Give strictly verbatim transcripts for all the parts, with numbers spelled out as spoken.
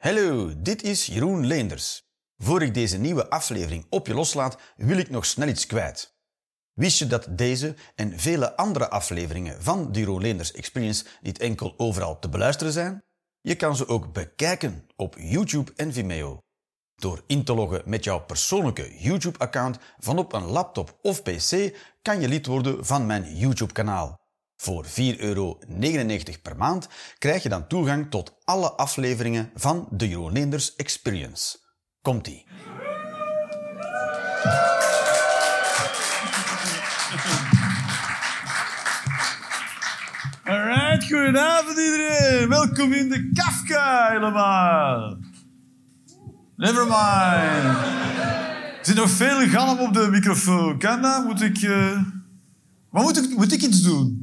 Hallo, dit is Jeroen Leenders. Voor ik deze nieuwe aflevering op je loslaat, wil ik nog snel iets kwijt. Wist je dat deze en vele andere afleveringen van de Jeroen Leenders Experience niet enkel overal te beluisteren zijn? Je kan ze ook bekijken op YouTube en Vimeo. Door in te loggen met jouw persoonlijke YouTube-account van op een laptop of pc kan je lid worden van mijn YouTube-kanaal. Voor vier euro negenennegentig per maand krijg je dan toegang tot alle afleveringen van de Jeroen Leenders Experience. Komt-ie. Alright, goedenavond iedereen. Welkom in de Kafka helemaal. Nevermind. Er zit nog veel galm op de microfoon. Kan dat? Moet ik... Uh... Wat moet ik, moet ik iets doen?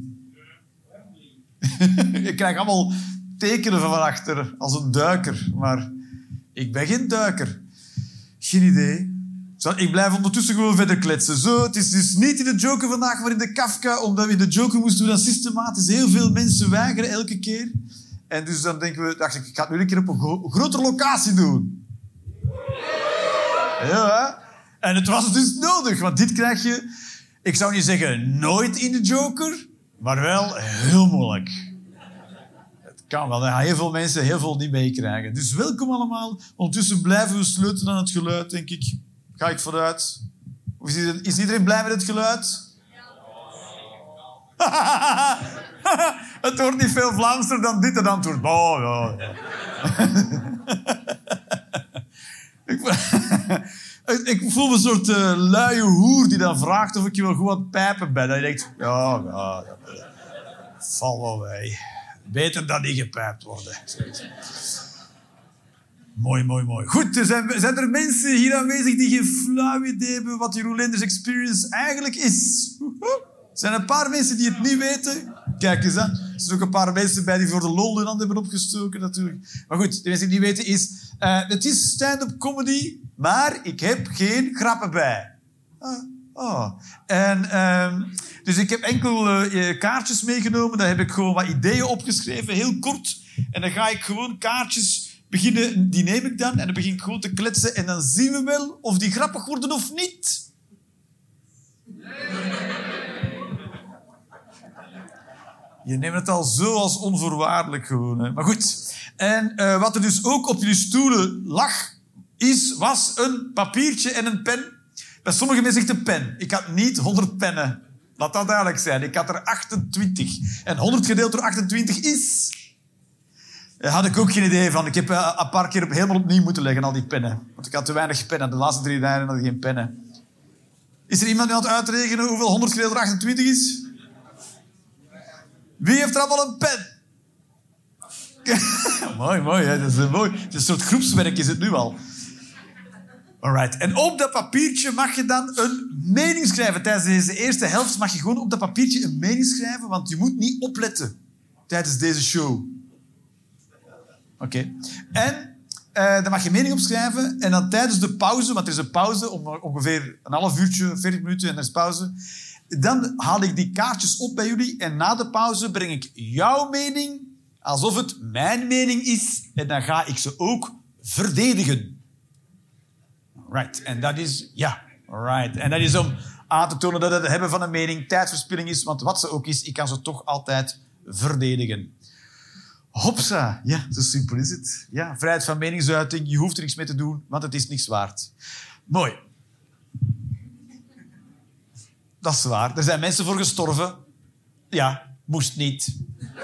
Ik krijg allemaal tekenen van achter als een duiker. Maar ik ben geen duiker. Geen idee. Zo, ik blijf ondertussen gewoon verder kletsen. Zo, het is dus niet in de Joker vandaag, maar in de Kafka. Omdat we in de Joker moesten doen, dan systematisch heel veel mensen weigeren elke keer. En dus dan denken we, dacht ik, ik ga het nu een keer op een gro- grotere locatie doen. Ja, en het was dus nodig, want dit krijg je... Ik zou niet zeggen nooit in de Joker, maar wel heel moeilijk. Het kan wel, dan gaan heel veel mensen heel veel niet meekrijgen. Dus welkom allemaal. Ondertussen blijven we sleutelen aan het geluid, denk ik. Ga ik vooruit. Of is iedereen, is iedereen blij met het geluid? Ja. Het wordt niet veel Vlaamser dan dit en antwoord. Oh, ja. ik, ik voel me een soort uh, luie hoer die dan vraagt of ik je wel goed aan het pijpen ben. En je denkt, ja, ja, ja. Val wel mee. Beter dan niet gepijpt worden. Mooi, mooi, mooi. Goed, er zijn, zijn er mensen hier aanwezig die geen flauw idee hebben wat die Jeroen Leenders Experience eigenlijk is? Er zijn een paar mensen die het niet weten. Kijk eens aan. Er zijn ook een paar mensen bij die voor de lol hun hand hebben opgestoken natuurlijk. Maar goed, de mensen die het niet weten is... Uh, het is stand-up comedy, maar ik heb geen grappen bij. Ah, oh. En, uh, dus ik heb enkel uh, kaartjes meegenomen. Daar heb ik gewoon wat ideeën opgeschreven, heel kort. En dan ga ik gewoon kaartjes... beginnen, die neem ik dan en dan begin ik gewoon te kletsen en dan zien we wel of die grappig worden of niet. Je neemt het al zo als onvoorwaardelijk gewoon. Hè. Maar goed. En uh, wat er dus ook op jullie stoelen lag, is, was een papiertje en een pen. Bij sommige mensen zegt een pen. Ik had niet honderd pennen. Laat dat duidelijk zijn. Ik had er achtentwintig. En honderd gedeeld door achtentwintig is... Daar had ik ook geen idee van. Ik heb uh, een paar keer helemaal opnieuw moeten leggen, al die pennen. Want ik had te weinig pennen. De laatste drie dagen had ik geen pennen. Is er iemand die aan het uitrekenen hoeveel honderd gedeeld door achtentwintig is? Wie heeft er allemaal een pen? mooi, mooi. Hè? Dat is, uh, mooi. Het is een soort groepswerk, is het nu al. Alright. En op dat papiertje mag je dan een mening schrijven. Tijdens deze eerste helft mag je gewoon op dat papiertje een mening schrijven, want je moet niet opletten tijdens deze show. Oké. Okay. En uh, dan mag je mening opschrijven. En dan tijdens de pauze, want er is een pauze om ongeveer een half uurtje, veertig minuten en er is pauze. Dan haal ik die kaartjes op bij jullie. En na de pauze breng ik jouw mening alsof het mijn mening is. En dan ga ik ze ook verdedigen. Right. En dat is... Ja. Right. En dat is om aan te tonen dat het hebben van een mening tijdverspilling is. Want wat ze ook is, ik kan ze toch altijd verdedigen. Hopsa. Ja, zo simpel is het. Ja, vrijheid van meningsuiting. Je hoeft er niks mee te doen, want het is niks waard. Mooi. Dat is waar. Er zijn mensen voor gestorven. Ja, moest niet.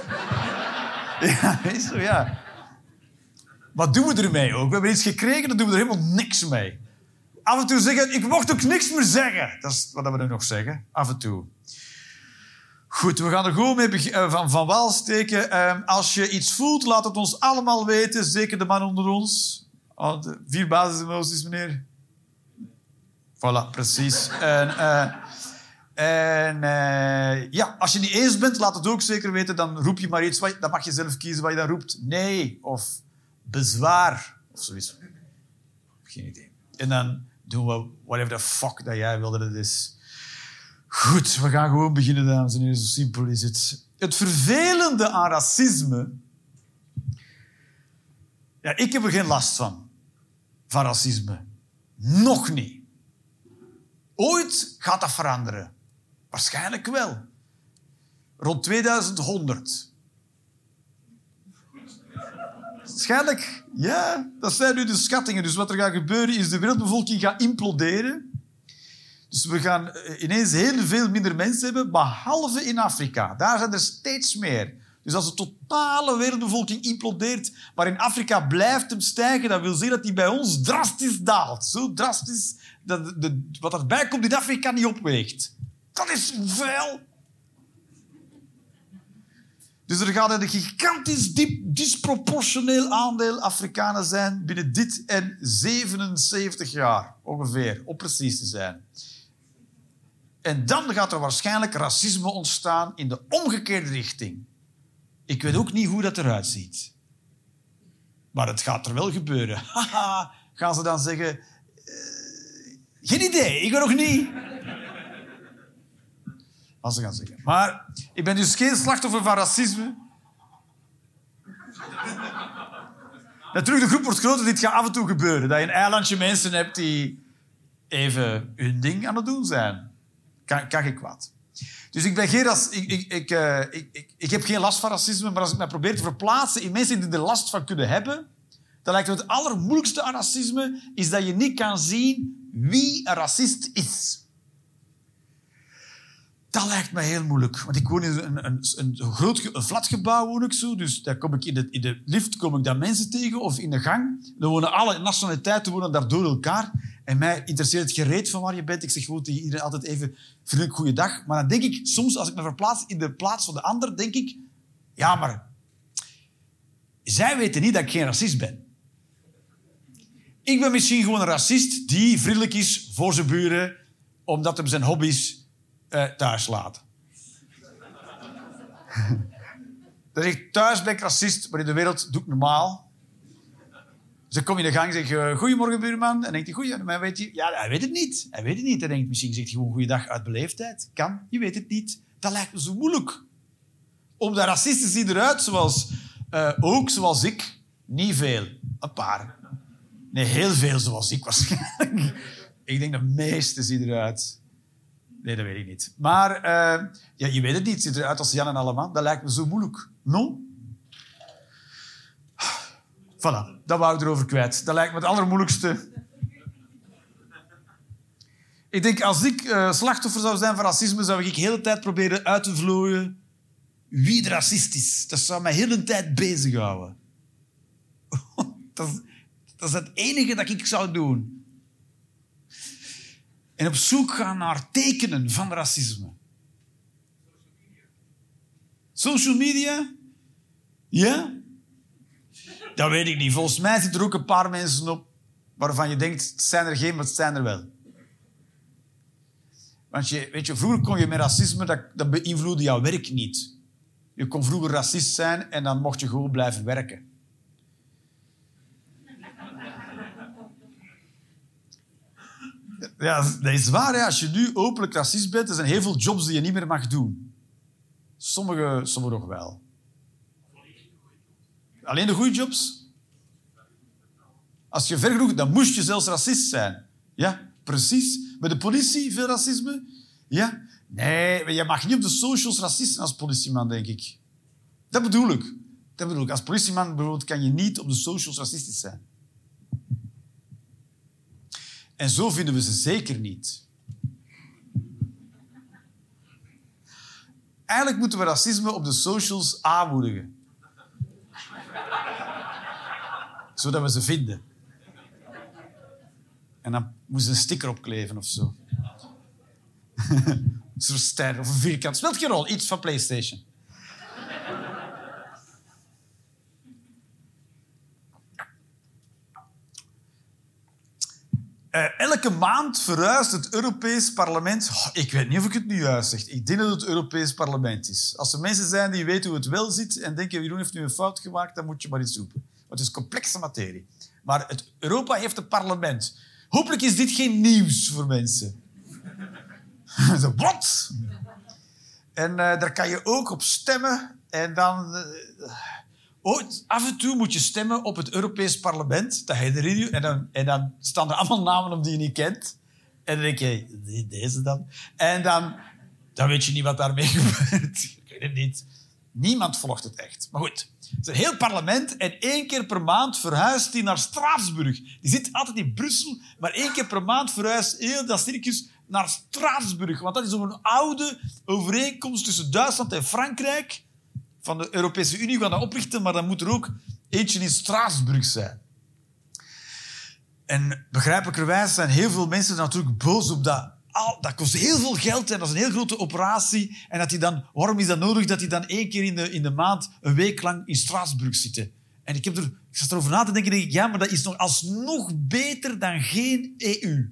Ja, is zo, ja. Wat doen we ermee ook? We hebben iets gekregen, dan doen we er helemaal niks mee. Af en toe zeggen, ik mocht ook niks meer zeggen. Dat is wat we nu nog zeggen. Af en toe. Goed, we gaan er gewoon mee beg- van, van wal steken. Uh, als je iets voelt, laat het ons allemaal weten. Zeker de man onder ons. Oh, de vier basisemoties, meneer. Voilà, precies. En, uh, en uh, ja, als je niet eens bent, laat het ook zeker weten. Dan roep je maar iets. Wat, dan mag je zelf kiezen wat je dan roept. Nee, of bezwaar. Of zoiets. Geen idee. En dan doen we whatever the fuck dat jij wil dat het is. Goed, we gaan gewoon beginnen, dames en heren. Zo simpel is het. Het vervelende aan racisme Ja, ik heb er geen last van. Van racisme. Nog niet. Ooit gaat dat veranderen. Waarschijnlijk wel. Rond tweeduizend honderd. Waarschijnlijk, ja, dat zijn nu de schattingen. Dus wat er gaat gebeuren is de wereldbevolking gaat imploderen. Dus we gaan ineens heel veel minder mensen hebben, behalve in Afrika. Daar zijn er steeds meer. Dus als de totale wereldbevolking implodeert, maar in Afrika blijft hem stijgen, dat wil zeggen dat hij bij ons drastisch daalt. Zo drastisch dat de, de, wat erbij komt in Afrika niet opweegt. Dat is veel. Dus er gaat een gigantisch diep, disproportioneel aandeel Afrikanen zijn binnen dit en zevenenzeventig jaar, ongeveer, om precies te zijn. En dan gaat er waarschijnlijk racisme ontstaan in de omgekeerde richting. Ik weet ook niet hoe dat eruit ziet. Maar het gaat er wel gebeuren. Haha, gaan ze dan zeggen... Uh, geen idee, ik weet nog niet. Als ze gaan zeggen. Maar ik ben dus geen slachtoffer van racisme. Natuurlijk, de groep wordt groter. Dit gaat af en toe gebeuren. Dat je een eilandje mensen hebt die even hun ding aan het doen zijn. Kan, kan geen kwaad. Dus ik, ben geen ras, ik, ik, ik, uh, ik, ik, ik heb geen last van racisme, maar als ik mij probeer te verplaatsen in mensen die er last van kunnen hebben, dan lijkt me het allermoeilijkste aan racisme is dat je niet kan zien wie een racist is. Dat lijkt me heel moeilijk. Want ik woon in een, een, een, een groot een flatgebouw, woon ik zo. Dus daar kom ik in, de, in de lift kom ik dan mensen tegen, of in de gang. Dan wonen alle nationaliteiten wonen daar door elkaar. En mij interesseert het gereed van waar je bent. Ik zeg gewoon tegen iedereen altijd even vriendelijk goeiedag. Maar dan denk ik, soms als ik me verplaats in de plaats van de ander, denk ik... Ja, maar... Zij weten niet dat ik geen racist ben. Ik ben misschien gewoon een racist die vriendelijk is voor zijn buren, omdat hem zijn hobby's uh, thuis laat. Dan zeg ik, thuis ben ik racist, maar in de wereld doe ik normaal. Dus dan kom je in de gang en zeg je, goedemorgen buurman. En dan denkt hij, goeie, maar weet je... Ja, hij weet het niet. Hij weet het niet. Hij denkt, misschien zegt hij gewoon goeiedag uit beleefdheid. Kan, je weet het niet. Dat lijkt me zo moeilijk. Omdat racisten zien eruit zoals... Uh, ook zoals ik. Niet veel. Een paar. Nee, heel veel zoals ik waarschijnlijk. Ik denk de meeste zien eruit. Nee, dat weet ik niet. Maar uh, ja, je weet het niet. Het ziet eruit als Jan en Alleman. Dat lijkt me zo moeilijk. Non? Voilà, dat wou ik erover kwijt. Dat lijkt me het allermoeilijkste. Ik denk, als ik uh, slachtoffer zou zijn van racisme, zou ik de hele tijd proberen uit te vlooien wie de racist is. Dat zou mij de hele tijd bezighouden. dat, is, dat is het enige dat ik zou doen. En op zoek gaan naar tekenen van racisme. Social media? Ja? Dat weet ik niet. Volgens mij zitten er ook een paar mensen op waarvan je denkt, het zijn er geen, maar het zijn er wel. Want je, weet je, vroeger kon je met racisme, dat, dat beïnvloedde jouw werk niet. Je kon vroeger racist zijn en dan mocht je gewoon blijven werken. Ja, dat is waar. Hè? Als je nu openlijk racist bent, er zijn heel veel jobs die je niet meer mag doen. Sommige, sommige nog wel. Alleen de goede jobs? Als je ver genoeg, dan moest je zelfs racist zijn. Ja, precies. Bij de politie veel racisme? Ja. Nee, je mag niet op de socials racist zijn als politieman, denk ik. Dat bedoel ik. Dat bedoel ik. Als politieman bijvoorbeeld kan je niet op de socials racistisch zijn. En zo vinden we ze zeker niet. Eigenlijk moeten we racisme op de socials aanmoedigen. Zodat we ze vinden. En dan moeten ze een sticker opkleven of zo. Zo'n ster of een vierkant. Speelt geen rol. Iets van PlayStation. Uh, elke maand verhuist het Europees Parlement... Oh, ik weet niet of ik het nu juist zeg. Ik denk dat het het Europees Parlement is. Als er mensen zijn die weten hoe het wel zit en denken, Jeroen heeft nu een fout gemaakt, dan moet je maar iets roepen. Want het is complexe materie. Maar het Europa heeft een parlement. Hopelijk is dit geen nieuws voor mensen. Wat? En uh, daar kan je ook op stemmen. En dan... Uh, ooit, af en toe moet je stemmen op het Europees Parlement. Dat herinner je. En dan, en dan staan er allemaal namen op die je niet kent. En dan denk je, deze dan. En dan, dan weet je niet wat daarmee gebeurt. Ik weet het niet. Niemand volgt het echt. Maar goed, het is een heel parlement en één keer per maand verhuist hij naar Straatsburg. Die zit altijd in Brussel, maar één keer per maand verhuist heel dat circus naar Straatsburg. Want dat is een oude overeenkomst tussen Duitsland en Frankrijk. Van de Europese Unie gaan dat oprichten, maar dan moet er ook eentje in Straatsburg zijn. En begrijpelijkerwijs zijn heel veel mensen natuurlijk boos op dat. Dat kost heel veel geld en dat is een heel grote operatie. En dat die dan, waarom is dat nodig dat die dan één keer in de, in de maand een week lang in Straatsburg zitten? En ik, heb er, ik zat erover na te denken en denk ik, ja, maar dat is nog alsnog beter dan geen E U.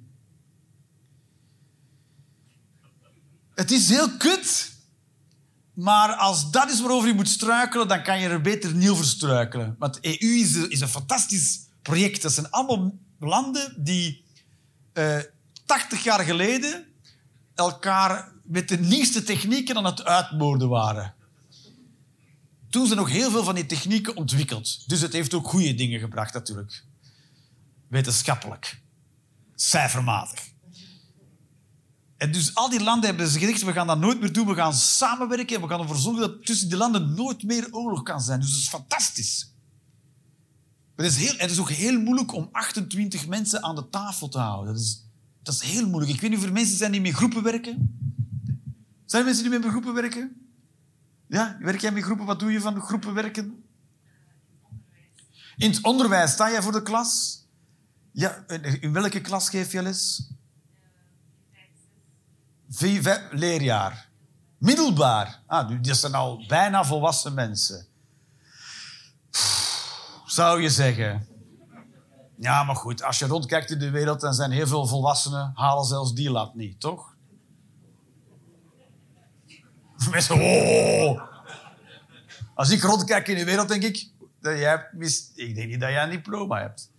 Het is heel kut, maar als dat is waarover je moet struikelen, dan kan je er beter niet over struikelen. Want E U is, is een fantastisch project. Dat zijn allemaal landen die uh, tachtig jaar geleden elkaar met de nieuwste technieken aan het uitmoorden waren. Toen zijn nog heel veel van die technieken ontwikkeld. Dus het heeft ook goede dingen gebracht, natuurlijk. Wetenschappelijk. Cijfermatig. En dus al die landen hebben ze gezegd, we gaan dat nooit meer doen. We gaan samenwerken en we gaan ervoor zorgen dat tussen die landen nooit meer oorlog kan zijn. Dus dat is fantastisch. Het is, heel, het is ook heel moeilijk om achtentwintig mensen aan de tafel te houden. Dat is, dat is heel moeilijk. Ik weet niet of er mensen zijn die met groepen werken. Zijn er mensen die met groepen werken? Ja, werk jij met groepen? Wat doe je van groepen werken? In het onderwijs sta jij voor de klas? Ja, in welke klas geef je les? Vier, vijf, leerjaar. Middelbaar. Ah, dat zijn al bijna volwassen mensen. Zou je zeggen. Ja, maar goed, als je rondkijkt in de wereld, dan zijn heel veel volwassenen, halen zelfs die lat niet, toch? Mensen, oh. Als ik rondkijk in de wereld, denk ik dat jij mis... Ik denk niet dat jij een diploma hebt.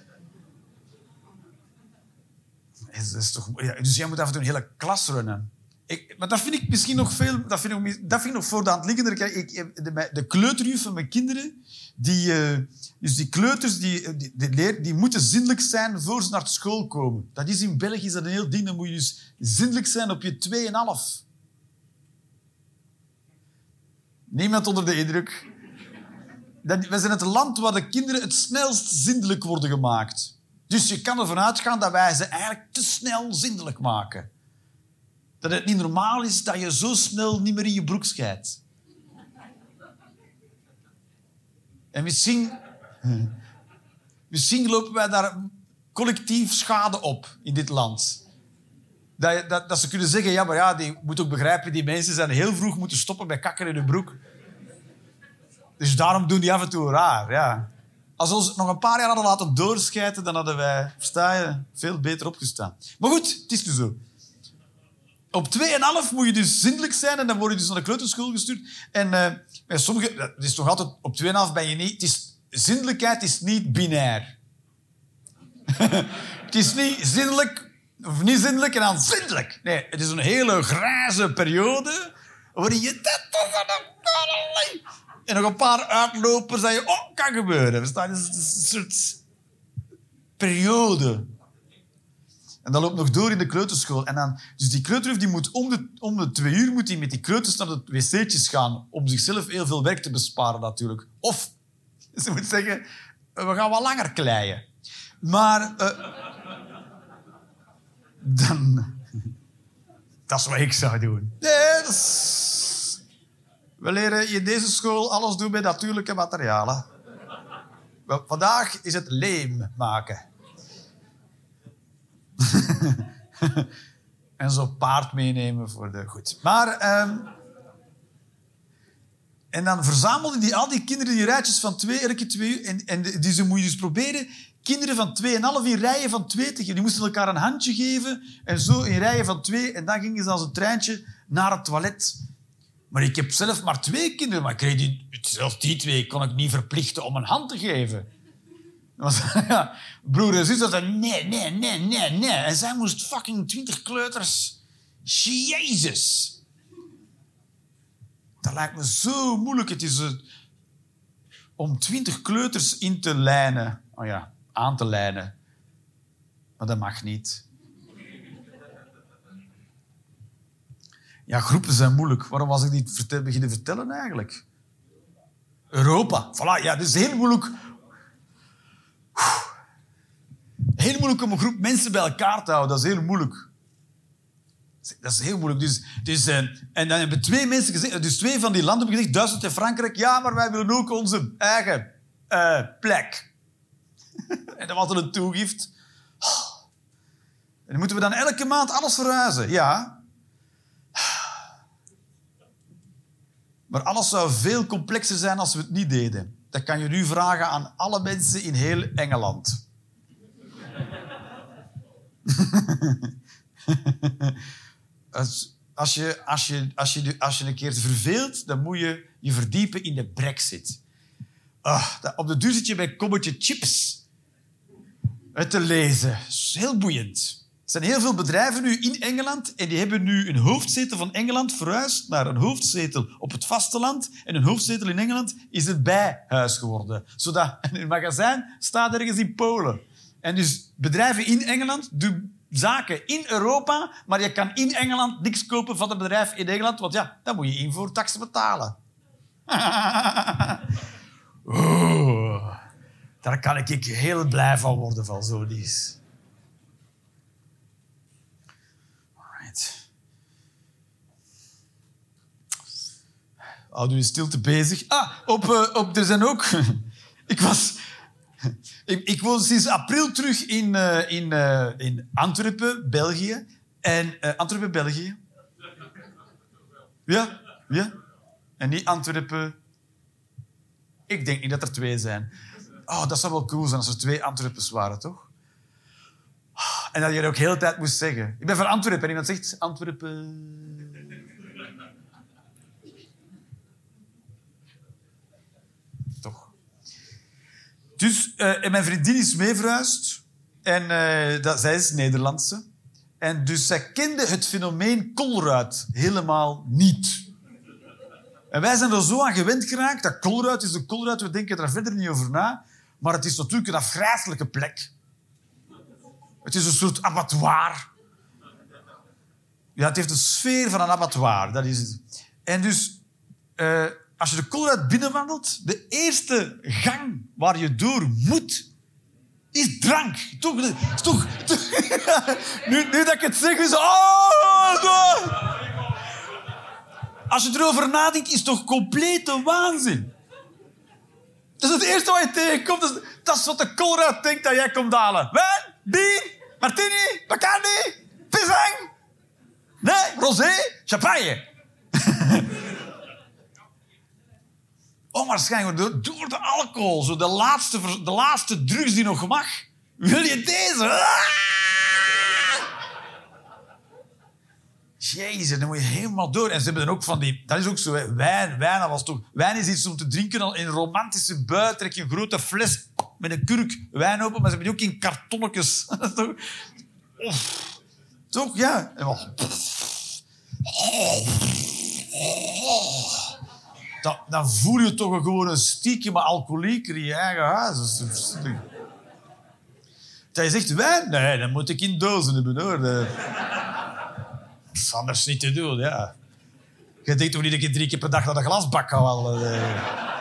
Dat is toch... ja, dus jij moet af en toe een hele klas runnen. Ik, maar dat vind ik misschien nog veel... Dat vind ik, dat vind ik nog voor de hand liggender. Ik, de, de kleuterjuf van mijn kinderen... Die, uh, dus die kleuters die, die, die, leer, die moeten zindelijk zijn voor ze naar school komen. Dat is in België is dat een heel ding. Dan moet je dus zindelijk zijn op je twee en half. Niemand onder de indruk. Dat, wij zijn het land waar de kinderen het snelst zindelijk worden gemaakt. Dus je kan ervan uitgaan dat wij ze eigenlijk te snel zindelijk maken. Dat het niet normaal is dat je zo snel niet meer in je broek scheidt. En misschien, misschien lopen wij daar collectief schade op in dit land. Dat, dat, dat ze kunnen zeggen, ja, maar ja, die moet ook begrijpen, die mensen zijn heel vroeg moeten stoppen bij kakken in hun broek. Dus daarom doen die af en toe raar, ja. Als we ons nog een paar jaar hadden laten doorschijten, dan hadden wij, versta je, veel beter opgestaan. Maar goed, het is nu zo. Op twee en half moet je dus zindelijk zijn en dan word je dus naar de kleuterschool gestuurd. En uh, bij sommige, het is toch altijd, op twee en half ben je niet... Het is, zindelijkheid is niet binair. Het is niet zindelijk of niet zindelijk en dan zindelijk. Nee, het is een hele grijze periode waarin je... En nog een paar uitlopers dat je... Oh, kan gebeuren. Verstaan? Het is een soort periode. En dat loopt nog door in de kleuterschool. En dan, dus die kleuterjuf die moet om de, om de twee uur moet die met die kleuters naar de wc'tjes gaan. Om zichzelf heel veel werk te besparen natuurlijk. Of, ze moet zeggen, we gaan wat langer kleien. Maar... Uh, dan... Dat is wat ik zou doen. Nee, dat is... We leren in deze school alles doen met natuurlijke materialen. Vandaag is het leem maken. En zo paard meenemen voor de... Goed. Maar... Um... En dan verzamelden die, al die kinderen die rijtjes van twee, elke twee uur. En, en die ze moet je dus proberen... Kinderen van twee en half in rijen van twee te geven. Die moesten elkaar een handje geven. En zo in rijen van twee. En dan gingen ze als een treintje naar het toilet. Maar ik heb zelf maar twee kinderen. Maar ik kreeg die, zelfs die twee kon ik niet verplichten om een hand te geven. Was, ja, broer en zus zeiden nee, nee, nee, nee, nee. En zij moest fucking twintig kleuters. Jezus. Dat lijkt me zo moeilijk. Het is... Uh, om twintig kleuters in te lijnen. Oh ja, aan te lijnen. Maar dat mag niet. Ja, groepen zijn moeilijk. Waarom was ik niet vertel, beginnen vertellen eigenlijk? Europa. Voilà, ja, het is heel moeilijk. Heel moeilijk om een groep mensen bij elkaar te houden. Dat is heel moeilijk. Dat is heel moeilijk. Dus, dus, uh, en dan hebben twee mensen gezegd, dus twee van die landen hebben gezegd, Duitsland en Frankrijk, ja, maar wij willen ook onze eigen uh, plek. En dat was er een toegift. En dan moeten we dan elke maand alles verhuizen. Ja. Maar alles zou veel complexer zijn als we het niet deden. Dat kan je nu vragen aan alle mensen in heel Engeland. als, als, je, als, je, als, je, als je een keer verveelt, dan moet je je verdiepen in de Brexit. Oh, dat, op de duur zit je bij een kommetje chips uit te lezen. Dat is heel boeiend. Er zijn heel veel bedrijven nu in Engeland en die hebben nu een hoofdzetel van Engeland verhuisd naar een hoofdzetel op het vasteland. En een hoofdzetel in Engeland is het bijhuis geworden. Zodat een magazijn staat ergens in Polen. En dus bedrijven in Engeland doen zaken in Europa, maar je kan in Engeland niks kopen van het bedrijf in Engeland, want ja, dan moet je invoertaksen betalen. Oh, daar kan ik heel blij van worden, van zoiets. Alright. Houden we stilte bezig. Ah, op, uh, op, er zijn ook... ik was... Ik, ik woon sinds april terug in, uh, in, uh, in Antwerpen, België. En uh, Antwerpen, België. Ja, ja. En niet Antwerpen... Ik denk niet dat er twee zijn. Oh, dat zou wel cool zijn als er twee Antwerpens waren, toch? En dat je dat ook de hele tijd moest zeggen. Ik ben van Antwerpen en iemand zegt Antwerpen... Toch. Dus, uh, en mijn vriendin is mee verhuisd. En uh, dat, zij is Nederlandse. En dus zij kende het fenomeen koolruit helemaal niet. En wij zijn er zo aan gewend geraakt. Dat koolruit is de koolruit. We denken daar verder niet over na. Maar het is natuurlijk een afgrijselijke plek. Het is een soort abattoir. Ja, het heeft de sfeer van een abattoir. Dat is het. En dus... Uh, Als je de koolruit binnenwandelt, de eerste gang waar je door moet, is drank. Toch, toch, toch. nu, nu dat ik het zeg, is oh, zo. Als je erover nadenkt, is het toch complete waanzin. Dat is het eerste wat je tegenkomt. Dat is, dat is wat de koolruit denkt dat jij komt halen. Wijn, bier, martini, bacardi, pisang. Nee, rosé, champagne. Onwaarschijnlijk, door, door de alcohol, zo de, laatste, de laatste drugs die nog mag. Wil je deze? Ah! Jezus, dan moet je helemaal door. En ze hebben dan ook van die... Dat is ook zo, hè. Wijn. Wijn, dat was toch, wijn is iets om te drinken al in een romantische bui. Trek je een grote fles met een kurk wijn open, maar ze hebben die ook in kartonnetjes. toch? Oh. Toch, ja. En oh. Oh. Dan, dan voel je toch gewoon een stiekem alcoholieker in je eigen huis. Dat je zegt, wijn? Nee, dan moet ik in dozen hebben, hoor. Dat is anders niet te doen, ja. Je denkt toch niet dat je drie keer per dag naar de glasbak gaat halen?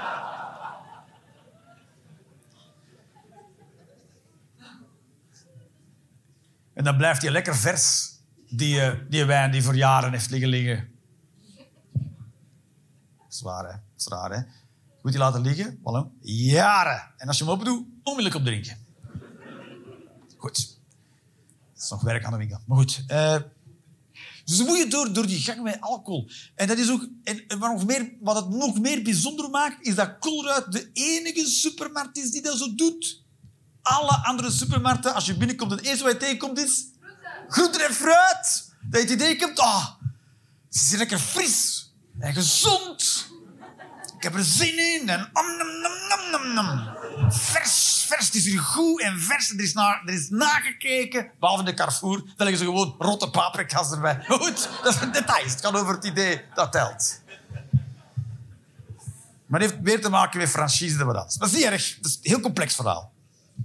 En dan blijft die lekker vers, die, die wijn die voor jaren heeft liggen liggen. Zwaar, hè? Dat is raar, hè? Je moet die laten liggen. Voilà. Jaren. En als je hem open doet, onmiddellijk opdrinken. Goed. Dat is nog werk aan de winkel. Maar goed. Uh, dus dan moet je door, door die gang met alcohol. En dat is ook... En, en wat, nog meer, wat het nog meer bijzonder maakt, is dat Koolruit de enige supermarkt is die dat zo doet. Alle andere supermarkten, als je binnenkomt, het eerste wat je tegenkomt is... Groenten en fruit. Dat je het idee komt... Oh, het is lekker fris. En gezond. Ik heb er zin in. En om, nom, nom, nom, nom, nom. Vers, vers. Het is hier goed en vers. Er is, na, er is nagekeken. Behalve de Carrefour. Dan leggen ze gewoon rotte paprika's erbij. Goed, dat zijn details. Het gaat over het idee dat telt. Maar het heeft meer te maken met franchise dan wat anders. Maar dat is niet erg. Dat is een heel complex verhaal.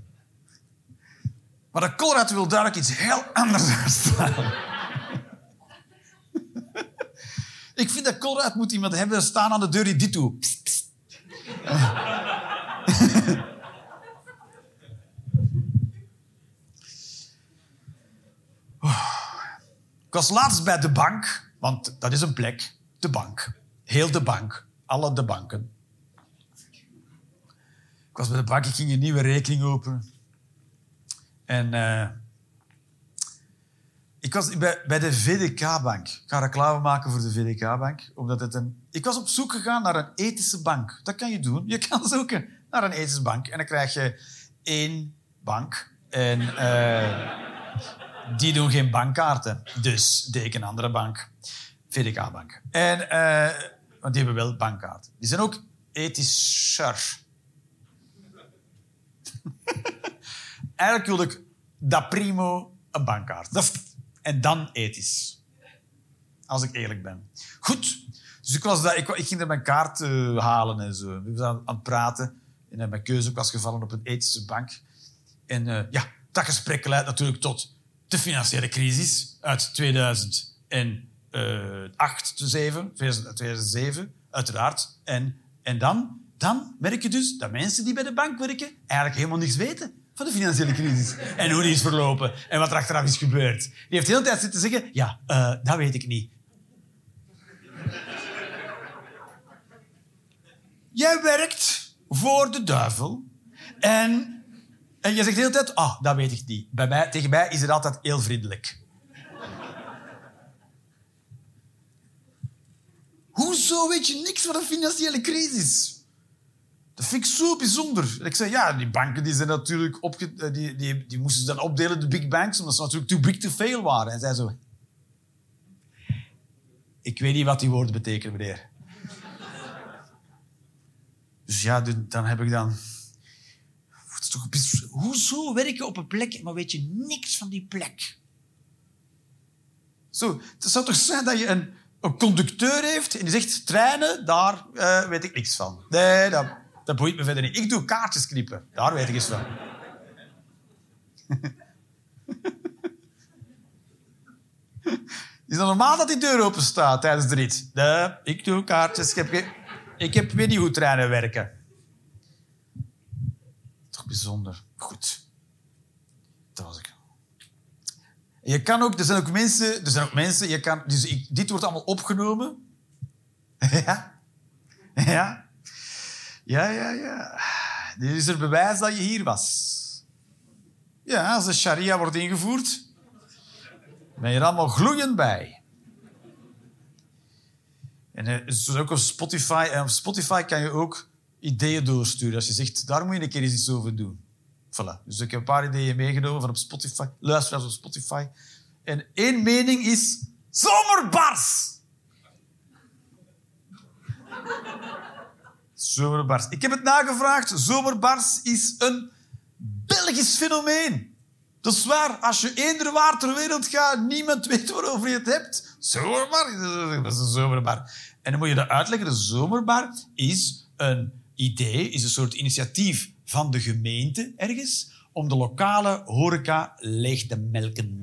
Maar de Colruyt wil duidelijk iets heel anders uitstralen. Ik vind dat Colruyt moet iemand hebben staan aan de deur die dit doet. Psst, psst. Ik was laatst bij de bank, want dat is een plek. De bank. Heel de bank. Alle de banken. Ik was bij de bank, ik ging een nieuwe rekening openen. En uh, ik was bij, bij de V D K-bank. Ik ga reclame maken voor de V D K-bank. Omdat het een... Ik was op zoek gegaan naar een ethische bank. Dat kan je doen. Je kan zoeken naar een ethische bank. En dan krijg je één bank. En uh, die doen geen bankkaarten. Dus deed ik een andere bank. V D K-bank. En, uh, want die hebben wel bankkaarten. Die zijn ook ethischer. Eigenlijk wilde ik dat primo een bankkaart. Dat, en dan ethisch. Als ik eerlijk ben. Goed. Dus ik, was daar, ik, ik ging er mijn kaart uh, halen en zo. We waren aan het praten. En mijn keuze was gevallen op een ethische bank. En uh, ja, dat gesprek leidt natuurlijk tot de financiële crisis uit tweeduizend acht, tweeduizend zeven, uiteraard. En, en dan, dan merk je dus dat mensen die bij de bank werken eigenlijk helemaal niks weten van de financiële crisis. En hoe die is verlopen. En wat er achteraf is gebeurd. Die heeft de hele tijd zitten zeggen... Ja, uh, dat weet ik niet. Jij werkt voor de duivel. En, en je zegt de hele tijd... Ah, oh, dat weet ik niet. Bij mij, tegen mij is het altijd heel vriendelijk. Hoezo weet je niks van de financiële crisis? Dat vind ik zo bijzonder. Ik zei, ja, die banken die zijn natuurlijk opge... die, die, die moesten ze dan opdelen, de big banks, omdat ze natuurlijk too big to fail waren. En zij zo... Ik weet niet wat die woorden betekenen, meneer. Dus ja, dan heb ik dan... Het is toch bijzonder. Hoezo werken op een plek, maar weet je niks van die plek? Zo, het zou toch zijn dat je een, een conducteur heeft en die zegt, treinen, daar uh, weet ik niks van. Nee, dat... Dat boeit me verder niet. Ik doe kaartjes knippen. Daar weet ik eens van. Is het normaal dat die deur open staat tijdens de rit? Nee, ik doe kaartjes. Ik heb, ge... ik heb weet niet hoe treinen werken. Toch bijzonder. Goed. Dat was ik. Je kan ook... Er zijn ook mensen... Er zijn ook mensen... Je kan, dus ik, dit wordt allemaal opgenomen. Ja. Ja. Ja, ja, ja. Dit is er bewijs dat je hier was. Ja, als de sharia wordt ingevoerd, ben je er allemaal gloeiend bij. En het is ook op Spotify. En op Spotify kan je ook ideeën doorsturen. Als je zegt, daar moet je een keer eens iets over doen. Voilà. Dus ik heb een paar ideeën meegenomen van op Spotify. Luisteraars op Spotify. En één mening is... Zomerbars! Zomerbars. Ik heb het nagevraagd. Zomerbars is een Belgisch fenomeen. Dat is waar. Als je eender waar ter wereld gaat, niemand weet waarover je het hebt. Zomerbar. Dat is een zomerbar. En dan moet je dat uitleggen. De zomerbar is een idee, is een soort initiatief van de gemeente ergens om de lokale horeca leeg te melken.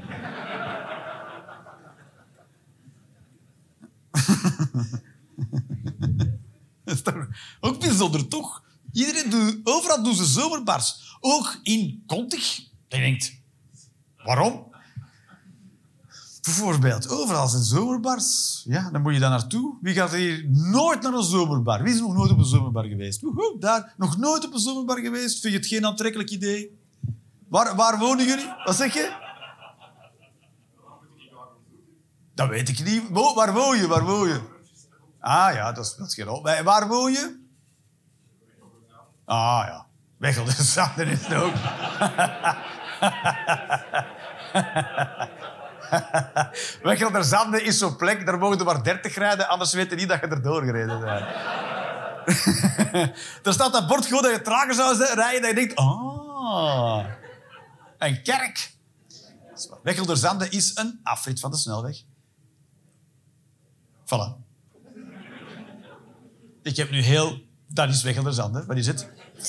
Dat is toch ook bijzonder, toch? Iedereen doet, overal doen ze zomerbars. Ook in Kontig. Je denkt, waarom? Bijvoorbeeld, overal zijn zomerbars. Ja, dan moet je daar naartoe. Wie gaat hier nooit naar een zomerbar? Wie is nog nooit op een zomerbar geweest? Woehoe, daar, nog nooit op een zomerbar geweest? Vind je het geen aantrekkelijk idee? Waar, waar wonen jullie? Wat zeg je? Dat weet ik niet. Wo, waar woon je? Waar woon je? Ah ja, dat is, dat is geen rol. Waar woon je? Ah ja, Weggelder Zanden is het ook. Weggelder Zanden is zo'n plek, daar mogen er maar dertig rijden, anders weten niet dat je erdoor gereden bent. Er staat dat bord gewoon dat je trager zou rijden, dat je denkt, ah, een kerk. Weggelder Zanden is een afrit van de snelweg. Voilà. Ik heb nu heel... Dat is Weggelderzande. Wat is het?